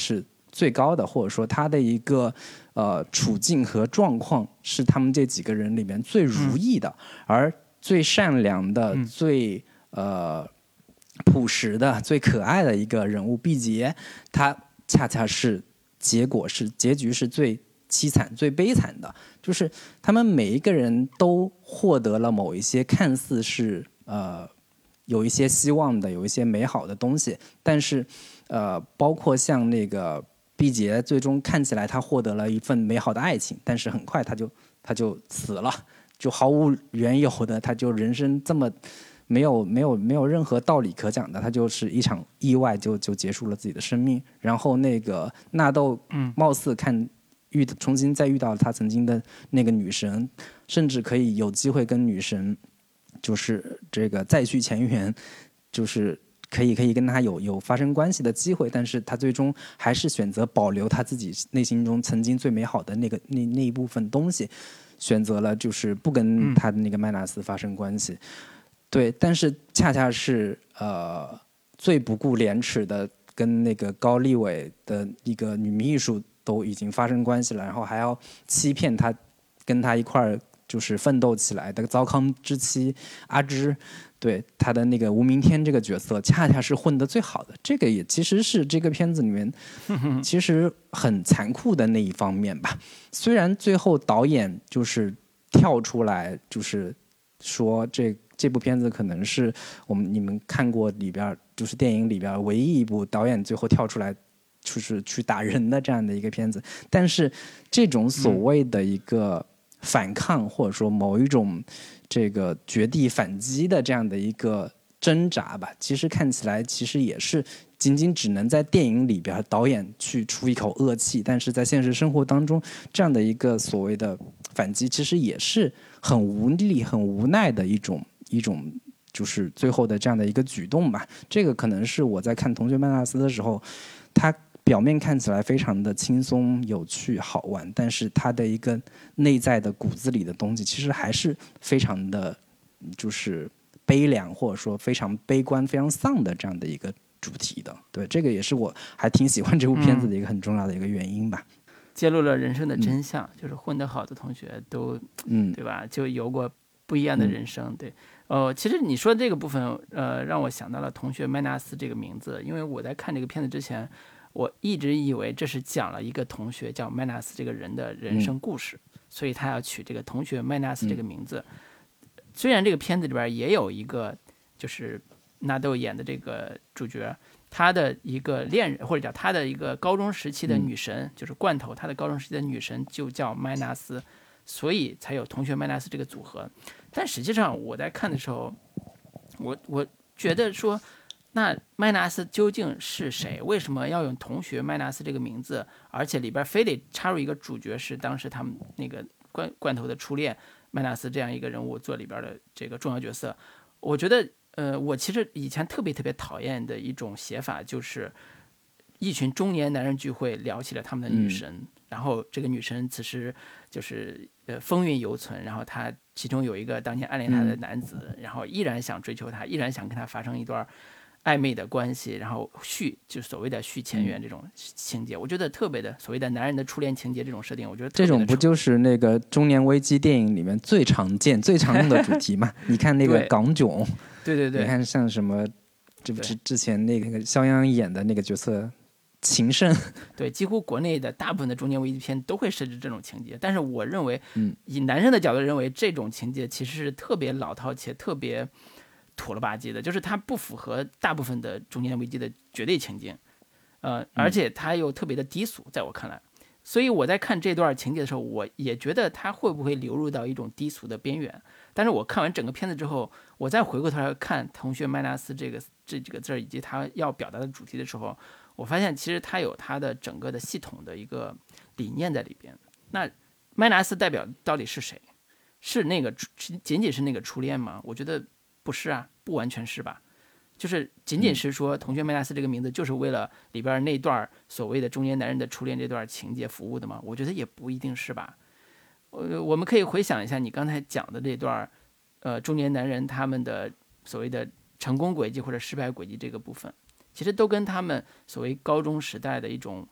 Speaker 2: 最高的，或者说他的一个处境和状况是他们这几个人里面最如意的，而最善良的、最朴实的、最可爱的一个人物毕节，他恰恰是结局是最凄惨、最悲惨的，就是他们每一个人都获得了某一些看似是有一些希望的、有一些美好的东西，但是包括像那个毕节，最终看起来他获得了一份美好的爱情，但是很快他就死了，就毫无缘由的，他就人生这么没有任何道理可讲的，他就是一场意外就结束了自己的生命。然后那个纳豆貌似重新再遇到他曾经的那个女神，甚至可以有机会跟女神就是这个再续前缘，就是可以跟他有发生关系的机会，但是他最终还是选择保留他自己内心中曾经最美好的那一部分东西，选择了就是不跟他的那个麦纳斯发生关系。对，但是恰恰是最不顾廉耻的跟那个高立伟的一个女秘书都已经发生关系了，然后还要欺骗他，跟他一块儿就是奋斗起来的糟糠之妻阿芝，对他的那个吴明天这个角色，恰恰是混得最好的。这个也其实是这个片子里面其实很残酷的那一方面吧。虽然最后导演就是跳出来，就是说这部片子可能是你们看过里边就是电影里边唯一一部导演最后跳出来就是去打人的这样的一个片子，但是这种所谓的一个反抗，或者说某一种这个绝地反击的这样的一个挣扎吧，其实看起来其实也是仅仅只能在电影里边导演去出一口恶气，但是在现实生活当中这样的一个所谓的反击其实也是很无力很无奈的一种就是最后的这样的一个举动吧。这个可能是我在看《同学麦纳斯》的时候，他表面看起来非常的轻松有趣好玩，但是他的一个内在的骨子里的东西其实还是非常的就是悲凉，或者说非常悲观非常丧的这样的一个主题的。对，这个也是我还挺喜欢这部片子的一个很重要的一个原因吧。
Speaker 1: 揭露了人生的真相，就是混得好的同学都对吧，就有过不一样的人生。对，其实你说的这个部分让我想到了同学麦纳斯这个名字，因为我在看这个片子之前，我一直以为这是讲了一个同学叫麦纳斯这个人的人生故事，所以他要取这个同学麦纳斯这个名字。虽然这个片子里边也有一个就是纳豆演的这个主角，他的一个恋人或者叫他的一个高中时期的女神，就是罐头，他的高中时期的女神就叫麦纳斯，所以才有同学麦纳斯这个组合。但实际上我在看的时候，我觉得说，那麦纳斯究竟是谁？为什么要用同学麦纳斯这个名字？而且里边非得插入一个主角是当时他们那个罐头的初恋麦纳斯这样一个人物做里边的这个重要角色。我觉得我其实以前特别讨厌的一种写法，就是一群中年男人聚会聊起了他们的女神，然后这个女神此时就是风韵犹存，然后她其中有一个当年暗恋她的男子，然后依然想追求她，依然想跟她发生一段暧昧的关系，然后就所谓的续前缘这种情节，我觉得特别的所谓的男人的初恋情节这种设定，我觉得特别的
Speaker 2: 这种不就是那个中年危机电影里面最常见最常用的主题嘛？你看那个港囧，
Speaker 1: 对，
Speaker 2: 你看像什么之前那个肖央演的那个角色情圣，
Speaker 1: 对，几乎国内的大部分的中年危机片都会设置这种情节，但是我认为以男生的角度认为这种情节其实是特别老套且特别土了吧唧的，就是它不符合大部分的中年危机的绝对情境，而且它又特别的低俗，在我看来，所以我在看这段情节的时候，我也觉得它会不会流入到一种低俗的边缘。但是我看完整个片子之后，我再回过头来看同学麦纳斯这个字以及他要表达的主题的时候，我发现其实他有他的整个的系统的一个理念在里边。那麦纳斯代表到底是谁？是那个仅仅是那个初恋吗？我觉得不是啊，不完全是吧。就是仅仅是说同学麦纳斯这个名字就是为了里边那段所谓的中年男人的初恋这段情节服务的吗？我觉得也不一定是吧。我们可以回想一下你刚才讲的这段中年男人他们的所谓的成功轨迹或者失败轨迹这个部分，其实都跟他们所谓高中时代的一种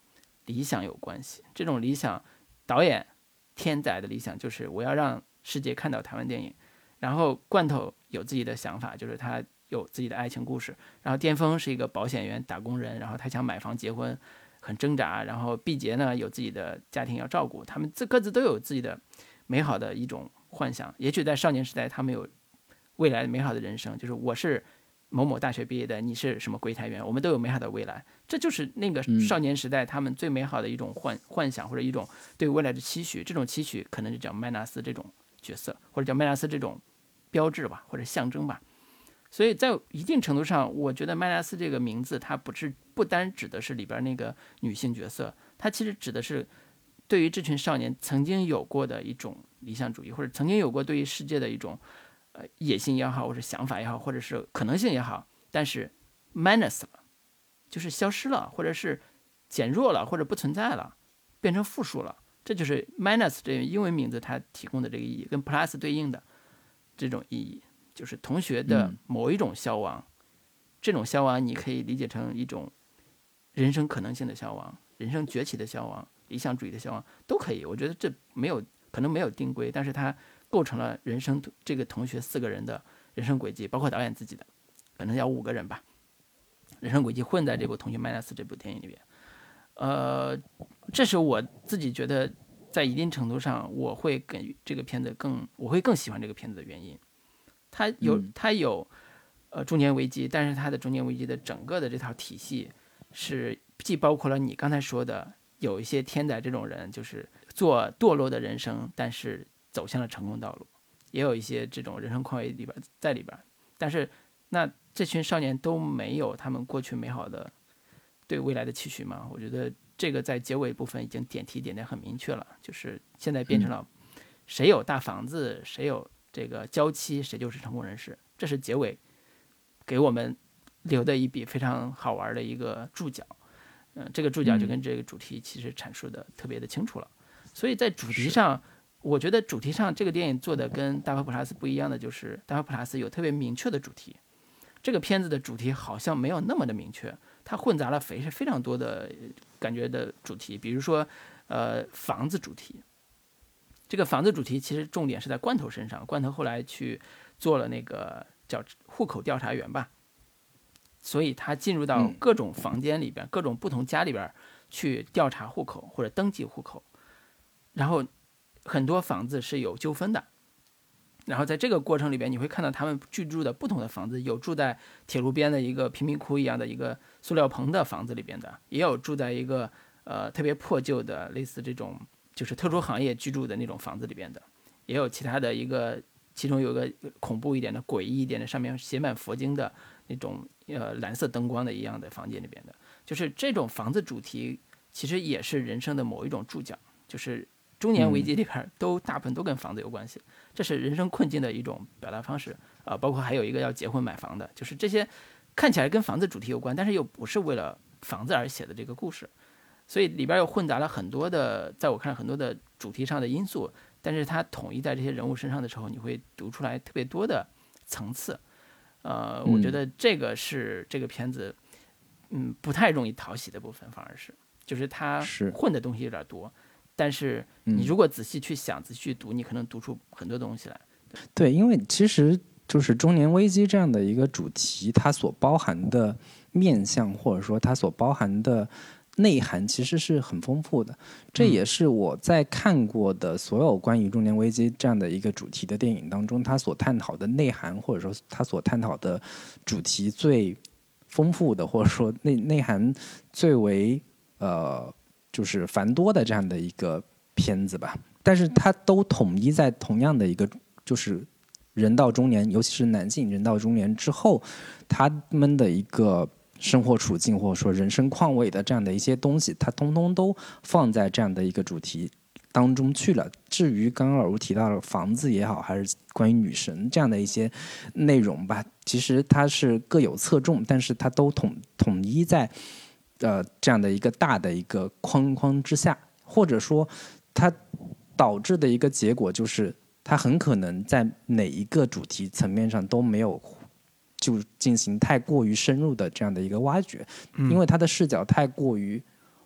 Speaker 1: 理想有关系。这种理想，导演天仔的理想就是我要让世界看到台湾电影，然后罐头有自己的想法，就是他有自己的爱情故事，然后巅峰是一个保险员打工人，然后他想买房结婚，很挣扎，然后毕节呢有自己的家庭要照顾，他们各自都有自己的美好的一种幻想。也许在少年时代他们有未来美好的人生，就是我是某某大学毕业的，你是什么柜台员，我们都有美好的未来。这就是那个少年时代他们最美好的一种幻想，或者一种对未来的期许。这种期许可能就叫麦纳斯这种角色，或者叫麦纳斯这种标志吧，或者象征吧。所以在一定程度上，我觉得麦纳斯这个名字它不单指的是里边那个女性角色，它其实指的是对于这群少年曾经有过的一种理想主义，或者曾经有过对于世界的一种野心也好，或者想法也好，或者是可能性也好，但是 minus 了，就是消失了，或者是减弱了，或者不存在了，变成负数了。这就是 minus 这个英文名字它提供的这个意义，跟 plus 对应的这种意义，就是同学的某一种消亡。这种消亡你可以理解成一种人生可能性的消亡，人生崛起的消亡，理想主义的消亡都可以。我觉得这可能没有定规，但是它构成了人生这个同学4个人的人生轨迹，包括导演自己的，可能要5个人吧，人生轨迹混在这部《同学麦纳斯》这部电影里边。这是我自己觉得在一定程度上我会给这个片子我会更喜欢这个片子的原因。它有中年危机，但是它的中年危机的整个的这套体系是既包括了你刚才说的有一些天才这种人就是做堕落的人生，但是走向了成功道路，也有一些这种人生旷野在里边，但是那这群少年都没有他们过去美好的对未来的期许吗？我觉得这个在结尾部分已经点得很明确了，就是现在变成了谁有大房子，谁有这个娇妻，谁就是成功人士。这是结尾给我们留的一笔非常好玩的一个注脚。这个注脚就跟这个主题其实阐述的特别的清楚了。所以在主题上，我觉得主题上这个电影做的跟大佛普拉斯不一样的就是大佛普拉斯有特别明确的主题，这个片子的主题好像没有那么的明确，它混杂了非常多的感觉的主题。比如说房子主题，这个房子主题其实重点是在罐头身上，罐头后来去做了那个叫户口调查员吧，所以他进入到各种房间里边，各种不同家里边去调查户口或者登记户口，然后很多房子是有纠纷的，然后在这个过程里边你会看到他们居住的不同的房子，有住在铁路边的一个贫民窟一样的一个塑料棚的房子里边的，也有住在一个特别破旧的类似这种就是特殊行业居住的那种房子里边的，也有其他的一个，其中有个恐怖一点的诡异一点的上面写满佛经的那种蓝色灯光的一样的房间里边的，就是这种房子主题其实也是人生的某一种注脚，就是中年危机里边大部分都跟房子有关系，这是人生困境的一种表达方式包括还有一个要结婚买房的，就是这些看起来跟房子主题有关，但是又不是为了房子而写的这个故事，所以里边又混杂了很多的，在我看很多的主题上的因素，但是它统一在这些人物身上的时候，你会读出来特别多的层次。我觉得这个是这个片子不太容易讨喜的部分，反而是就是它混的东西有点多，但是你如果仔细去想仔细去读，你可能读出很多东西来。
Speaker 2: 对，因为其实就是中年危机这样的一个主题，它所包含的面向或者说它所包含的内涵其实是很丰富的，这也是我在看过的所有关于中年危机这样的一个主题的电影当中，它所探讨的内涵或者说它所探讨的主题最丰富的，或者说内涵最为就是繁多的这样的一个片子吧。但是它都统一在同样的一个，就是人到中年，尤其是男性人到中年之后，他们的一个生活处境或者说人生况味的这样的一些东西，它通通都放在这样的一个主题当中去了。至于刚刚老吴提到的房子也好，还是关于女神这样的一些内容吧，其实它是各有侧重，但是它都统一在这样的一个大的一个框之下，或者说它导致的一个结果就是它很可能在哪一个主题层面上都没有就进行太过于深入的这样的一个挖掘，因为它的视角太过于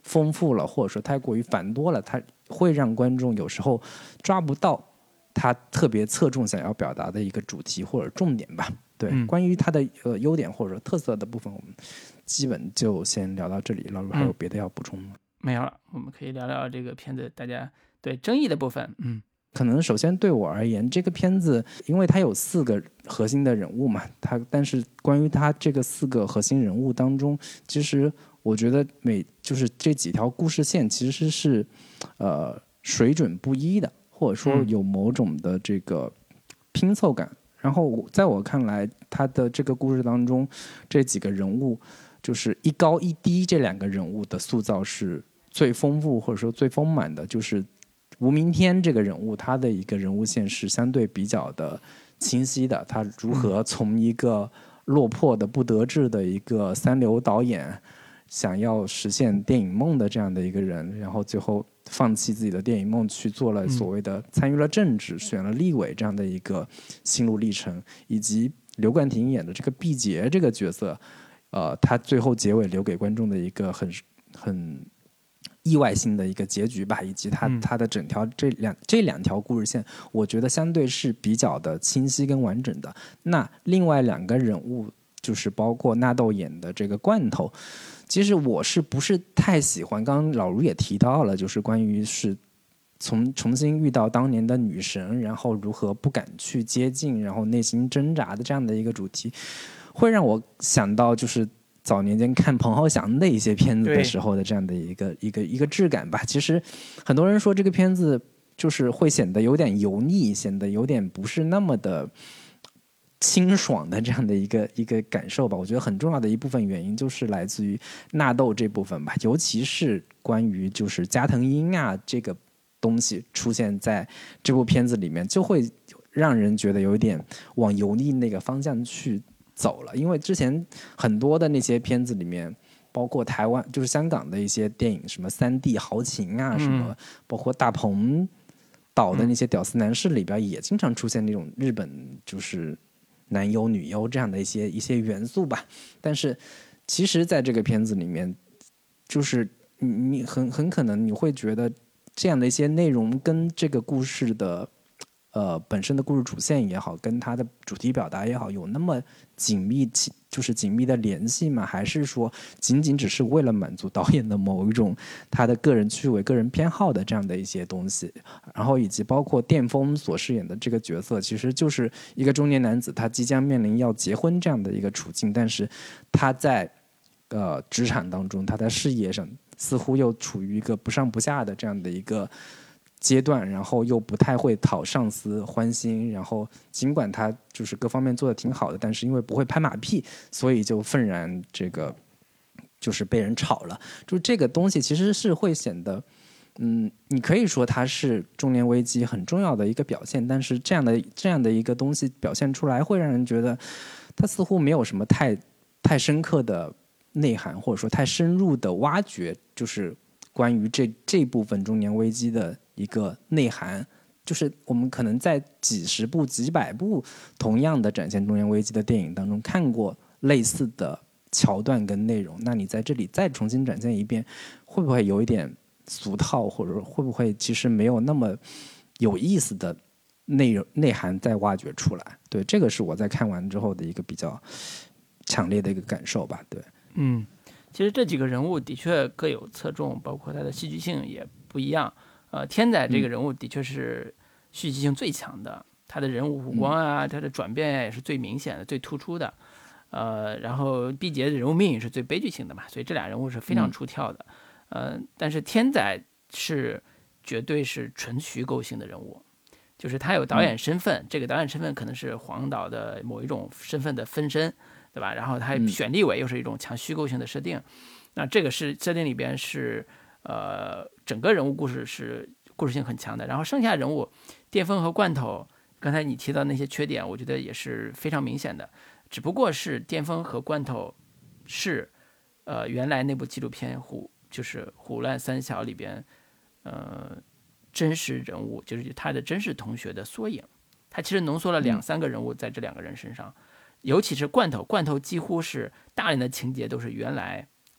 Speaker 2: 丰富了，或者说太过于繁多了，它会让观众有时候抓不到他特别侧重想要表达的一个主题或者重点吧。对，关于它的优点或者特色的部分，我们基本就先聊到这里。老卢还有别的要补充吗？
Speaker 1: 没有了，我们可以聊聊这个片子大家对争议的部分。
Speaker 2: 可能首先对我而言，这个片子因为它有4个核心的人物嘛，但是关于它这个4个核心人物当中，其实我觉得就是这几条故事线其实是水准不一的，或者说有某种的这个拼凑感。然后在我看来，他的这个故事当中，这几个人物就是一高一低这2个人物的塑造是最丰富或者说最丰满的。就是吴明天这个人物，他的一个人物线是相对比较的清晰的，他如何从一个落魄的不得志的一个3流导演，想要实现电影梦的这样的一个人，然后最后放弃自己的电影梦，去做了所谓的参与了政治，选了立委这样的一个心路历程，以及刘冠廷演的这个毕节这个角色，他最后结尾留给观众的一个很意外性的一个结局吧，以及他的整条这两条故事线，我觉得相对是比较的清晰跟完整的。那另外2个人物就是包括纳豆演的这个罐头，其实我是不是太喜欢，刚刚老卢也提到了，就是关于是重新遇到当年的女神，然后如何不敢去接近，然后内心挣扎的这样的一个主题，会让我想到就是早年间看彭浩翔的一些片子的时候的这样的一个质感吧。其实很多人说这个片子就是会显得有点油腻，显得有点不是那么的清爽的这样的一个感受吧。我觉得很重要的一部分原因就是来自于纳豆这部分吧，尤其是关于就是加藤鹰啊这个东西出现在这部片子里面，就会让人觉得有一点往油腻那个方向去走了。因为之前很多的那些片子里面，包括台湾就是香港的一些电影，什么3D 豪情啊，什么包括大鹏导的那些屌丝男士里边，也经常出现那种日本就是男优女优这样的一些元素吧。但是其实在这个片子里面，就是你很可能你会觉得这样的一些内容跟这个故事的本身的故事主线也好，跟它的主题表达也好，有那么紧密的联系吗？还是说仅仅只是为了满足导演的某一种他的个人趣味、个人偏好的这样的一些东西？然后以及包括电风所饰演的这个角色，其实就是一个中年男子，他即将面临要结婚这样的一个处境，但是他在职场当中，他在事业上似乎又处于一个不上不下的这样的一个阶段，然后又不太会讨上司欢心，然后尽管他就是各方面做的挺好的，但是因为不会拍马屁，所以就愤然这个就是被人炒了。就是这个东西其实是会显得你可以说它是中年危机很重要的一个表现，但是这样的一个东西表现出来，会让人觉得它似乎没有什么太深刻的内涵，或者说太深入的挖掘，就是关于这部分中年危机的一个内涵。就是我们可能在几十部几百部同样的展现中年危机的电影当中看过类似的桥段跟内容，那你在这里再重新展现一遍，会不会有一点俗套，或者会不会其实没有那么有意思的内涵再挖掘出来？对，这个是我在看完之后的一个比较强烈的一个感受吧。对，
Speaker 1: 其实这几个人物的确各有侧重，包括他的戏剧性也不一样。天仔这个人物的确是戏剧性最强的，他的人物弧光啊，他的转变也是最明显的、最突出的。然后毕节的人物命运是最悲剧性的嘛，所以这俩人物是非常出挑的。但是天仔是绝对是纯虚构性的人物，就是他有导演身份，这个导演身份可能是黄导的某一种身份的分身，对吧？然后他选立委又是一种强虚构性的设定，那这个是设定里边是整个人物故事性很强的。然后剩下人物巅峰和罐头，刚才你提到那些缺点，我觉得也是非常明显的，只不过是巅峰和罐头是原来那部纪录片就是虎乱三小里边真实人物，就是他的真实同学的缩影。他其实浓缩了2-3个人物在这2个人身上，尤其是罐头几乎是大量的情节都是原来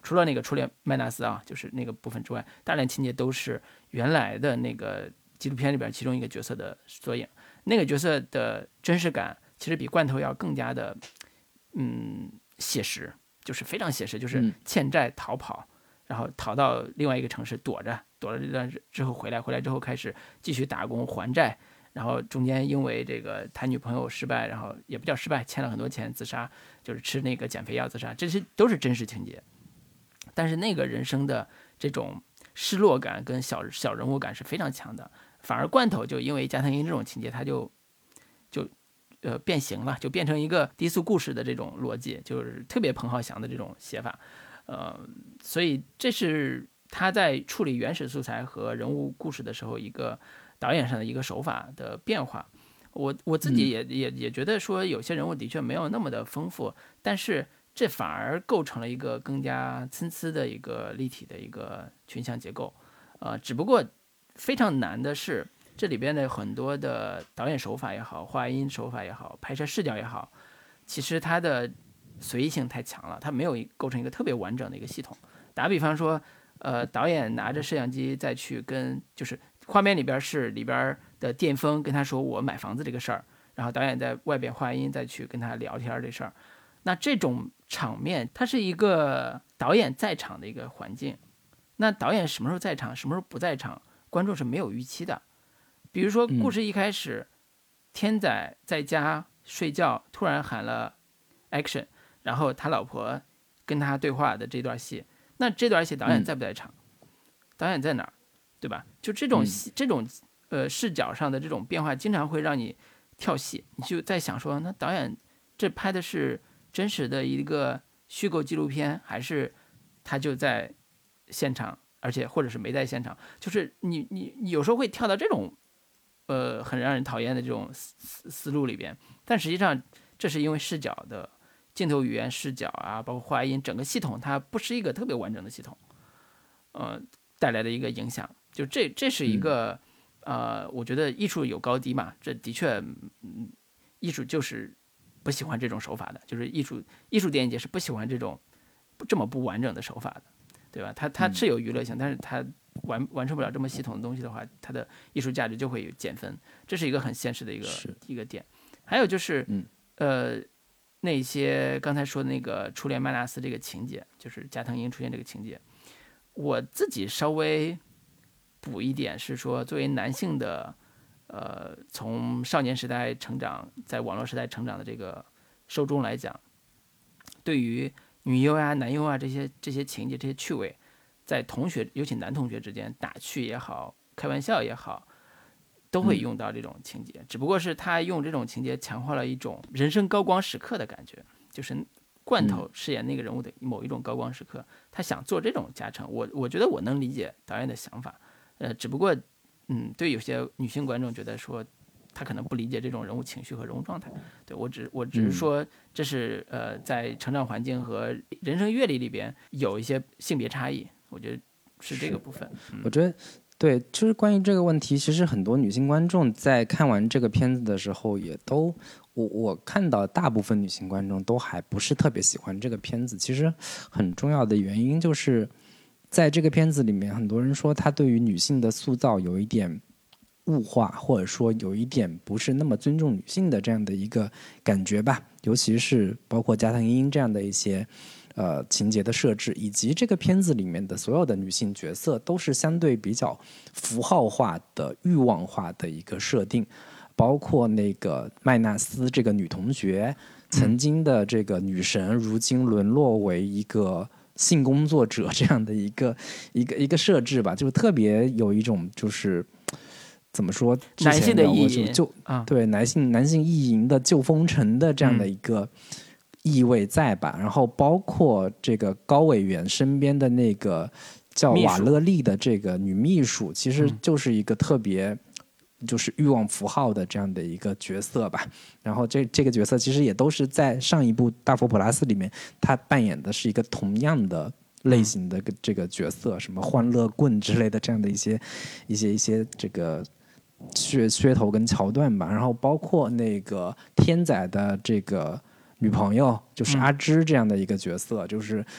Speaker 1: 除了那个初恋麦纳斯啊，就是那个部分之外，大量情节都是原来的那个纪录片里边其中一个角色的缩影。那个角色的真实感其实比罐头要更加的写实，就是非常写实，就是欠债逃跑，然后逃到另外一个城市躲了这段之后回来之后开始继续打工还债，然后中间因为这个他女朋友失败，然后也不叫失败，欠了很多钱自杀，就是吃那个减肥药自杀，这些都是真实情节。但是那个人生的这种失落感跟小人物感是非常强的，反而罐头就因为加藤鹰这种情节，他就变形了，就变成一个低俗故事的这种逻辑，就是特别彭浩翔的这种写法，所以这是他在处理原始素材和人物故事的时候一个导演上的一个手法的变化。我自己也觉得说有些人物的确没有那么的丰富，但是这反而构成了一个更加参差的一个立体的一个群像结构，只不过非常难的是这里边的很多的导演手法也好，画音手法也好，拍摄视角也好，其实它的随意性太强了，它没有构成一个特别完整的一个系统。打比方说，导演拿着摄像机再去跟，就是画面里边是里边的电风跟他说我买房子这个事儿，然后导演在外边画音再去跟他聊天这事儿，那这种场面它是一个导演在场的一个环境，那导演什么时候在场，什么时候不在场，观众是没有预期的。比如说故事一开始，天仔在家睡觉，突然喊了 action， 然后他老婆跟他对话的这段戏，那这段戏导演在不在场？导演在哪儿？对吧？就这种视角上的这种变化，经常会让你跳戏，你就在想说，那导演这拍的是真实的一个虚构纪录片，还是他就在现场，而且或者是没在现场？就是你有时候会跳到这种很让人讨厌的这种思路里边，但实际上这是因为视角的镜头语言、视角啊，包括画音，整个系统它不是一个特别完整的系统，带来的一个影响。就这是一个我觉得艺术有高低嘛，这的确，艺术就是不喜欢这种手法的，就是艺术电影界是不喜欢这么不完整的手法的，对吧？它是有娱乐性，但是它完成不了这么系统的东西的话，它的艺术价值就会减分，这是一个很现实的一个点。还有就是那些刚才说的那个初恋麦纳斯这个情节，就是加藤鹰出现这个情节，我自己稍微补一点是说，作为男性的从少年时代成长，在网络时代成长的这个受众来讲，对于女优啊、男优啊这些情节、这些趣味，在同学，尤其男同学之间打趣也好、开玩笑也好，都会用到这种情节。只不过是他用这种情节强化了一种人生高光时刻的感觉，就是罐头饰演那个人物的某一种高光时刻，他想做这种加成。我觉得我能理解导演的想法，只不过对有些女性观众觉得说，他可能不理解这种人物情绪和人物状态。对，我只是说，这是在成长环境和人生阅历里边有一些性别差异，我觉得是这个部分。
Speaker 2: 我觉得对，就是关于这个问题，其实很多女性观众在看完这个片子的时候，也都我看到大部分女性观众都还不是特别喜欢这个片子。其实很重要的原因就是在这个片子里面，很多人说他对于女性的塑造有一点物化，或者说有一点不是那么尊重女性的这样的一个感觉吧。尤其是包括加藤鹰这样的一些情节的设置，以及这个片子里面的所有的女性角色都是相对比较符号化的、欲望化的一个设定。包括那个麦纳斯这个女同学，曾经的这个女神，如今沦落为一个性工作者这样的一个设置吧，就特别有一种就是怎么说，
Speaker 1: 男性的意淫，
Speaker 2: 对男性意淫的旧风尘的这样的一个意味在吧。然后包括这个高委员身边的那个叫瓦勒利的这个女秘书，其实就是一个特别就是欲望符号的这样的一个角色吧。然后这个角色其实也都是在上一部《大佛普拉斯》里面，他扮演的是一个同样的类型的这个角色，什么欢乐棍之类的这样的一些这个噱头跟桥段吧。然后包括那个天仔的这个女朋友，就是阿芝这样的一个角色，就是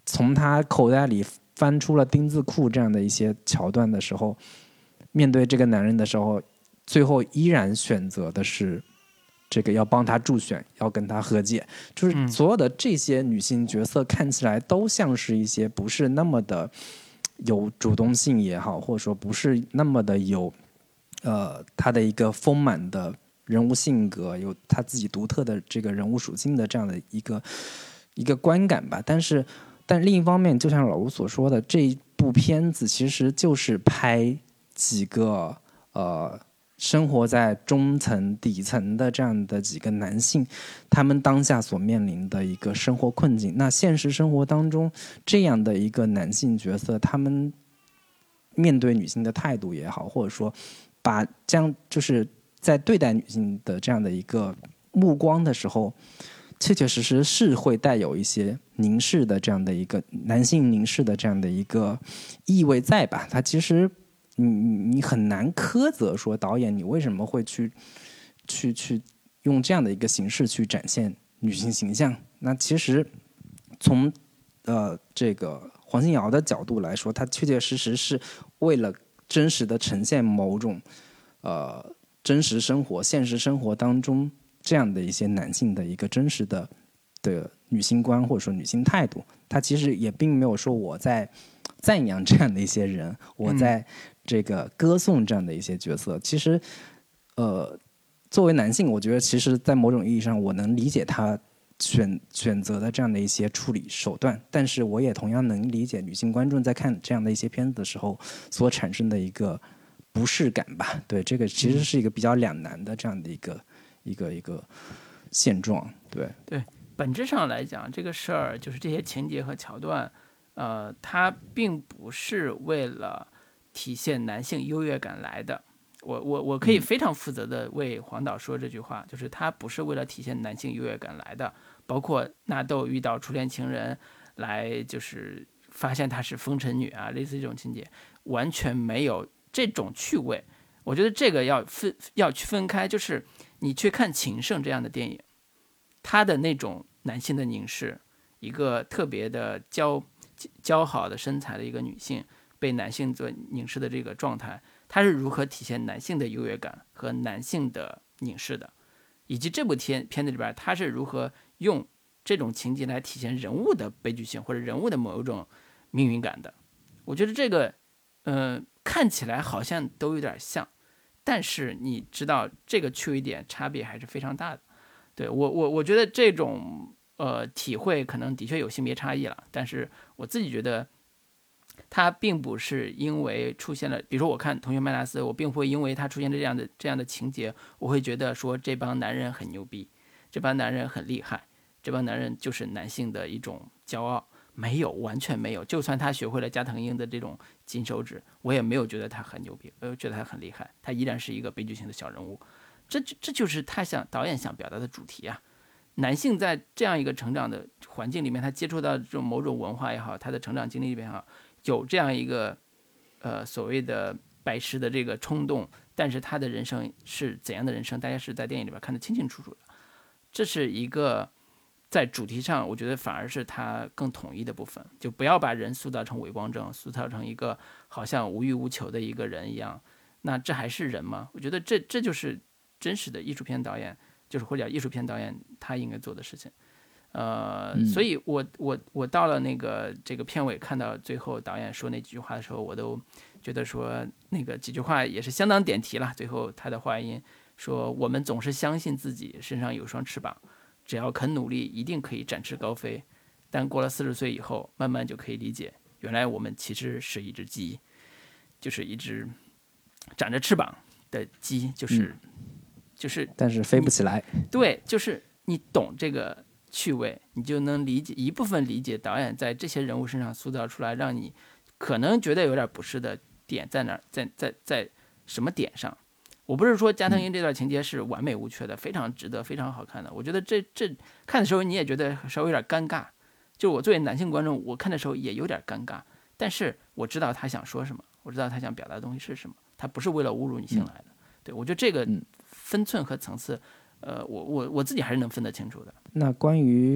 Speaker 2: 从他口袋里翻出了丁字裤这样的一些桥段的时候，面对这个男人的时候，最后依然选择的是这个要帮他助选，要跟他和解。就是所有的这些女性角色看起来都像是一些不是那么的有主动性也好，或者说不是那么的有他的一个丰满的人物性格，有他自己独特的这个人物属性的这样的一个观感吧。但另一方面，就像老吴所说的，这一部片子其实就是拍几个生活在中层底层的这样的几个男性，他们当下所面临的一个生活困境。那现实生活当中这样的一个男性角色，他们面对女性的态度也好，或者说把这样就是在对待女性的这样的一个目光的时候，确确实实是会带有一些凝视的这样的一个男性凝视的这样的一个意味在吧。他其实你很难苛责说导演你为什么会去用这样的一个形式去展现女性形象。那其实从这个黄信尧的角度来说，他确确实实是为了真实的呈现某种真实生活现实生活当中这样的一些男性的一个真实的女性观或者说女性态度。他其实也并没有说我在赞扬这样的一些人，我在这个歌颂这样的一些角色。其实作为男性，我觉得其实在某种意义上我能理解他选择的这样的一些处理手段，但是我也同样能理解女性观众在看这样的一些片子的时候所产生的一个不适感吧。对，这个其实是一个比较两难的这样的一个现状。对，
Speaker 1: 本质上来讲，这个事儿就是这些情节和桥段，它并不是为了体现男性优越感来的。我可以非常负责的为黄导说这句话，就是他不是为了体现男性优越感来的。包括纳豆遇到初恋情人来，就是发现她是风尘女啊，类似这种情节，完全没有这种趣味。我觉得这个要区分开，就是你去看《情圣》这样的电影，他的那种男性的凝视，一个特别的姣好的身材的一个女性被男性做凝视的这个状态，它是如何体现男性的优越感和男性的凝视的，以及这部片子里边它是如何用这种情节来体现人物的悲剧性或者人物的某种命运感的。我觉得这个看起来好像都有点像，但是你知道这个趣味点差别还是非常大的。对，我觉得这种体会可能的确有性别差异了，但是我自己觉得它并不是因为出现了，比如说我看《同学麦纳斯》，我并不会因为它出现这样的情节，我会觉得说这帮男人很牛逼，这帮男人很厉害，这帮男人就是男性的一种骄傲。没有，完全没有。就算他学会了加藤鹰的这种金手指，我也没有觉得他很牛逼，我觉得他很厉害，他依然是一个悲剧性的小人物。这就是导演想表达的主题啊。男性在这样一个成长的环境里面，他接触到这种某种文化也好，他的成长经历里面也好，有这样一个所谓的拜师的这个冲动，但是他的人生是怎样的人生，大家是在电影里边看得清清楚楚的。这是一个在主题上，我觉得反而是他更统一的部分，就不要把人塑造成伪光正，塑造成一个好像无欲无求的一个人一样。那这还是人吗？我觉得这就是真实的艺术片导演，就是或者艺术片导演他应该做的事情。所以我到了这个片尾，看到最后导演说那几句话的时候，我都觉得说那个几句话也是相当点题了。最后他的话音说：“我们总是相信自己身上有双翅膀，只要肯努力，一定可以展翅高飞。但过了40岁以后，慢慢就可以理解，原来我们其实是一只鸡，就是一只长着翅膀的鸡，就是。”
Speaker 2: 但是飞不起来。
Speaker 1: 对，就是你懂这个趣味，你就能理解一部分理解导演在这些人物身上塑造出来，让你可能觉得有点不适的点在哪，在什么点上。我不是说加藤鹰这段情节是完美无缺的，非常值得，非常好看的。我觉得这看的时候你也觉得稍微有点尴尬，就我作为男性观众，我看的时候也有点尴尬，但是我知道他想说什么，我知道他想表达的东西是什么，他不是为了侮辱女性来的。对，我觉得这个分寸和层次，我自己还是能分得清楚的。
Speaker 2: 那关于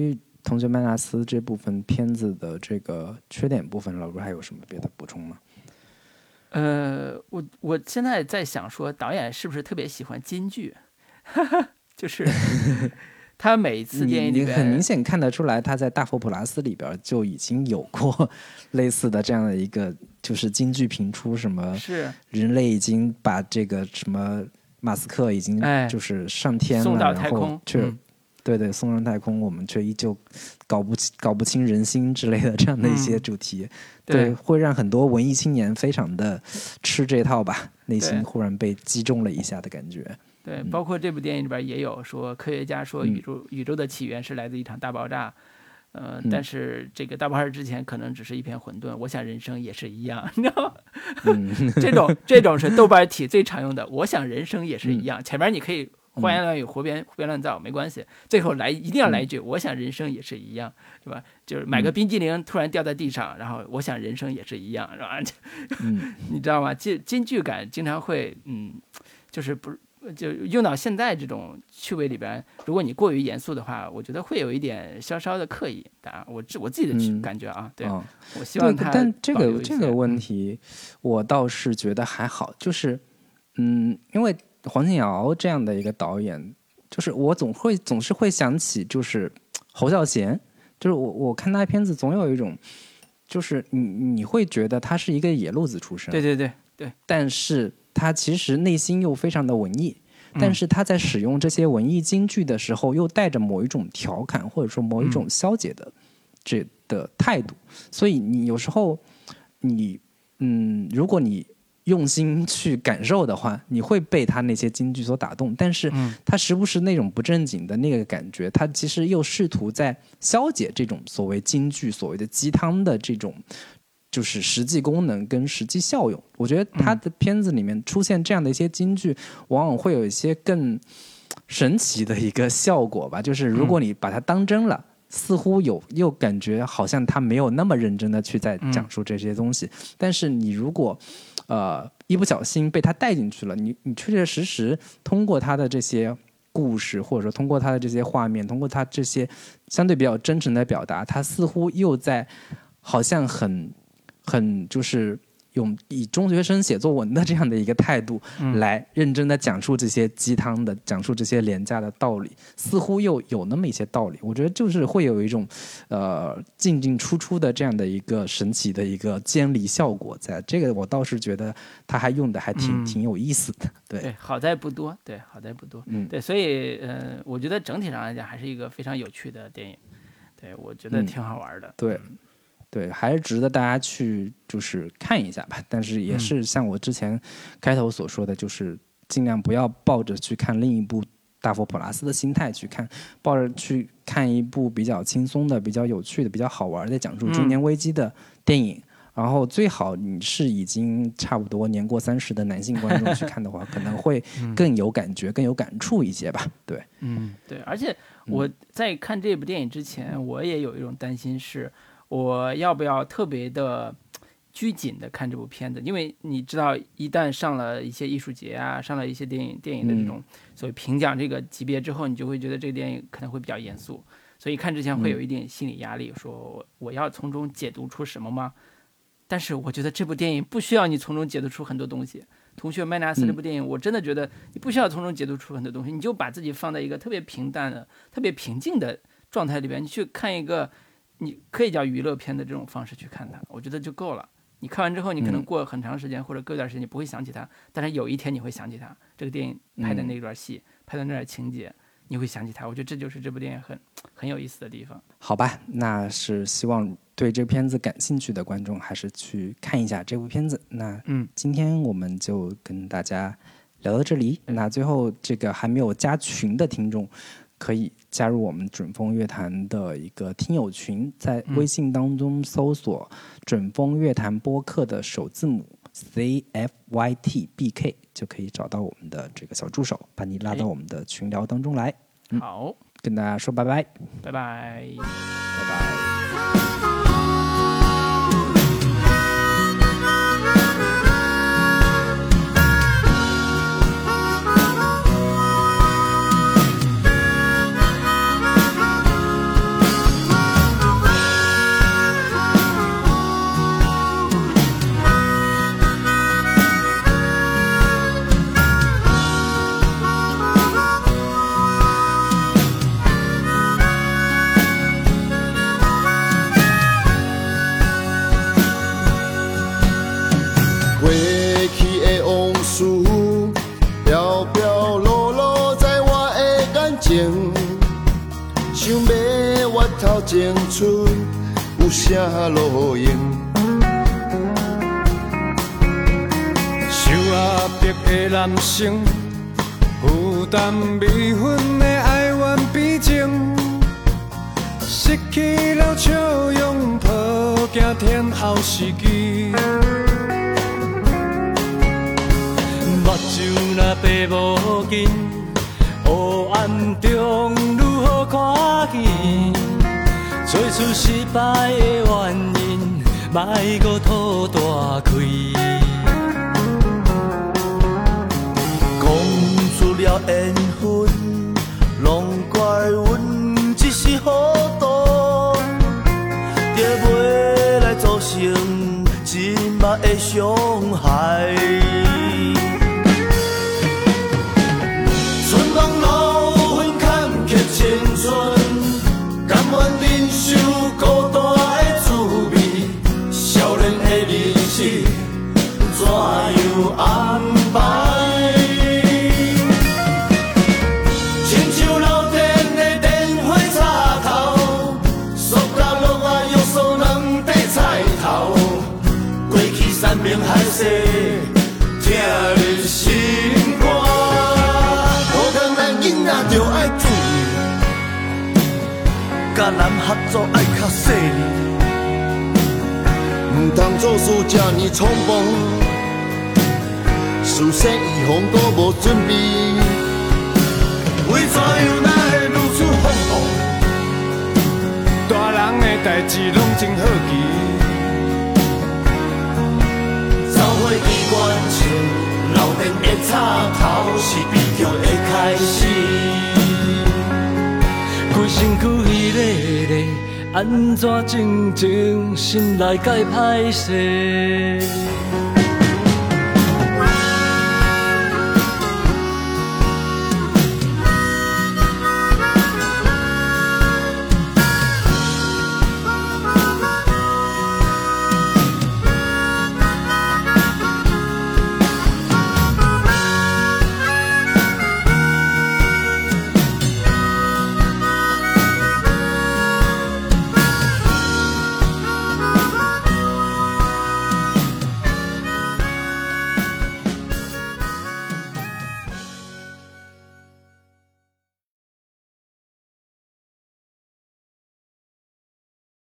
Speaker 2: 同学麦纳斯这部分片子的这个缺点部分，老卢还有什么别的补充吗？
Speaker 1: 我现在在想说，导演是不是特别喜欢金句？就是他每一次电影里边，
Speaker 2: 你很明显看得出来，他在《大佛普拉斯》里边就已经有过类似的这样的一个，就是金句频出，什么
Speaker 1: 是
Speaker 2: 人类已经把这个什么马斯克已经就是上天了，
Speaker 1: 送到太空，
Speaker 2: 对对，送上太空，我们却依旧搞不清人心之类的这样的一些主题，对，会让很多文艺青年非常的吃这套吧，内心忽然被击中了一下的感觉。
Speaker 1: 对，包括这部电影里边也有说，科学家说宇宙的起源是来自一场大爆炸，但是这个大爆炸之前可能只是一片混沌。我想人生也是一样，你知道吗？这种是豆瓣体最常用的。我想人生也是一样，前面你可以胡言乱语、胡编乱造没关系，最后一定要来一句，我想人生也是一样，是吧？就是买个冰激凌突然掉在地上，然后我想人生也是一样，是吧？你知道吗？金句感经常会，就是不是。就用到现在这种趣味里边，如果你过于严肃的话，我觉得会有一点稍稍的刻意。当然，我自己的感觉啊，对，我希望他。
Speaker 2: 但这个问题，我倒是觉得还好，就是因为黄信尧这样的一个导演，就是我总是会想起就是侯孝贤，就是我看他片子总有一种，就是你会觉得他是一个野路子出身，
Speaker 1: 对，
Speaker 2: 但是他其实内心又非常的文艺，但是他在使用这些文艺金句的时候，又带着某一种调侃或者说某一种消解的态度，所以你有时候如果你用心去感受的话，你会被他那些金句所打动，但是他时不时那种不正经的那个感觉，他其实又试图在消解这种所谓金句所谓的鸡汤的这种就是实际功能跟实际效用。我觉得他的片子里面出现这样的一些金句，往往会有一些更神奇的一个效果吧，就是如果你把它当真了，似乎又感觉好像他没有那么认真的去在讲述这些东西，但是你如果一不小心被他带进去了，你确确实实通过他的这些故事，或者说通过他的这些画面，通过他这些相对比较真诚的表达，他似乎又在好像很就是以中学生写作文的这样的一个态度来认真的讲述这些鸡汤的，讲述这些廉价的道理，似乎又有那么一些道理。我觉得就是会有一种进进出出的这样的一个神奇的一个监离效果在，这个我倒是觉得他还用的还挺有意思的。对，
Speaker 1: 好在不多，对，所以我觉得整体上来讲还是一个非常有趣的电影，对，我觉得挺好玩的。
Speaker 2: 对，还是值得大家去就是看一下吧，但是也是像我之前开头所说的，就是尽量不要抱着去看另一部大佛普拉斯的心态去看，抱着去看一部比较轻松的、比较有趣的、比较好玩的讲述中年危机的电影。然后最好你是已经差不多年过30的男性观众去看的话，可能会更有感觉、更有感触一些吧。对，
Speaker 1: 对，而且我在看这部电影之前，我也有一种担心是，我要不要特别的拘谨的看这部片子？因为你知道，一旦上了一些艺术节啊，上了一些电影的这种所谓评奖这个级别之后，你就会觉得这个电影可能会比较严肃，所以看之前会有一点心理压力，说我要从中解读出什么吗？但是我觉得这部电影不需要你从中解读出很多东西。同学麦纳斯这部电影，我真的觉得你不需要从中解读出很多东西，你就把自己放在一个特别平淡的、特别平静的状态里边，你去看一个你可以叫娱乐片的这种方式去看它，我觉得就够了。你看完之后，你可能过很长时间或者隔一段时间你不会想起它，但是有一天你会想起它，这个电影拍的那段戏，拍的那段情节，你会想起它。我觉得这就是这部电影很有意思的地方。
Speaker 2: 好吧，那是希望对这片子感兴趣的观众还是去看一下这部片子。那今天我们就跟大家聊到这里。那最后这个还没有加群的听众，可以加入我们准风乐坛的一个听友群，在微信当中搜索准风乐坛播客的首字母 CFYTBK 就可以找到我们的这个小助手，把你拉到我们的群聊当中来。
Speaker 1: 好，
Speaker 2: 跟大家说拜拜，
Speaker 1: 拜拜，
Speaker 2: 拜拜。
Speaker 3: 青春有啥路用？受压迫的男生，负担未分的爱怨悲情，失去了笑容，抱惊天后时机。目睭若白无紧，黑暗中如何看见？做出失败的原因，莫搁吐大开。讲出了缘分，拢怪阮一时糊涂，就袂来造成今仔的伤害。春梦路分坎坷青春，甘愿忍受孤单的滋味。少年的日子怎样安排？亲像老天的电火插头，塑胶落啊约束两块菜头。过去山盟海誓，听入心肝。囡仔着爱注意，甲人合作爱较细腻，唔通做事这呢匆忙，事先预防都无准备，为怎样哪会如此放荡？大人的代志拢真好奇，走火机关枪，老电的插头是悲剧的开始。规身躯稀咧咧，安怎静静心内该歹势？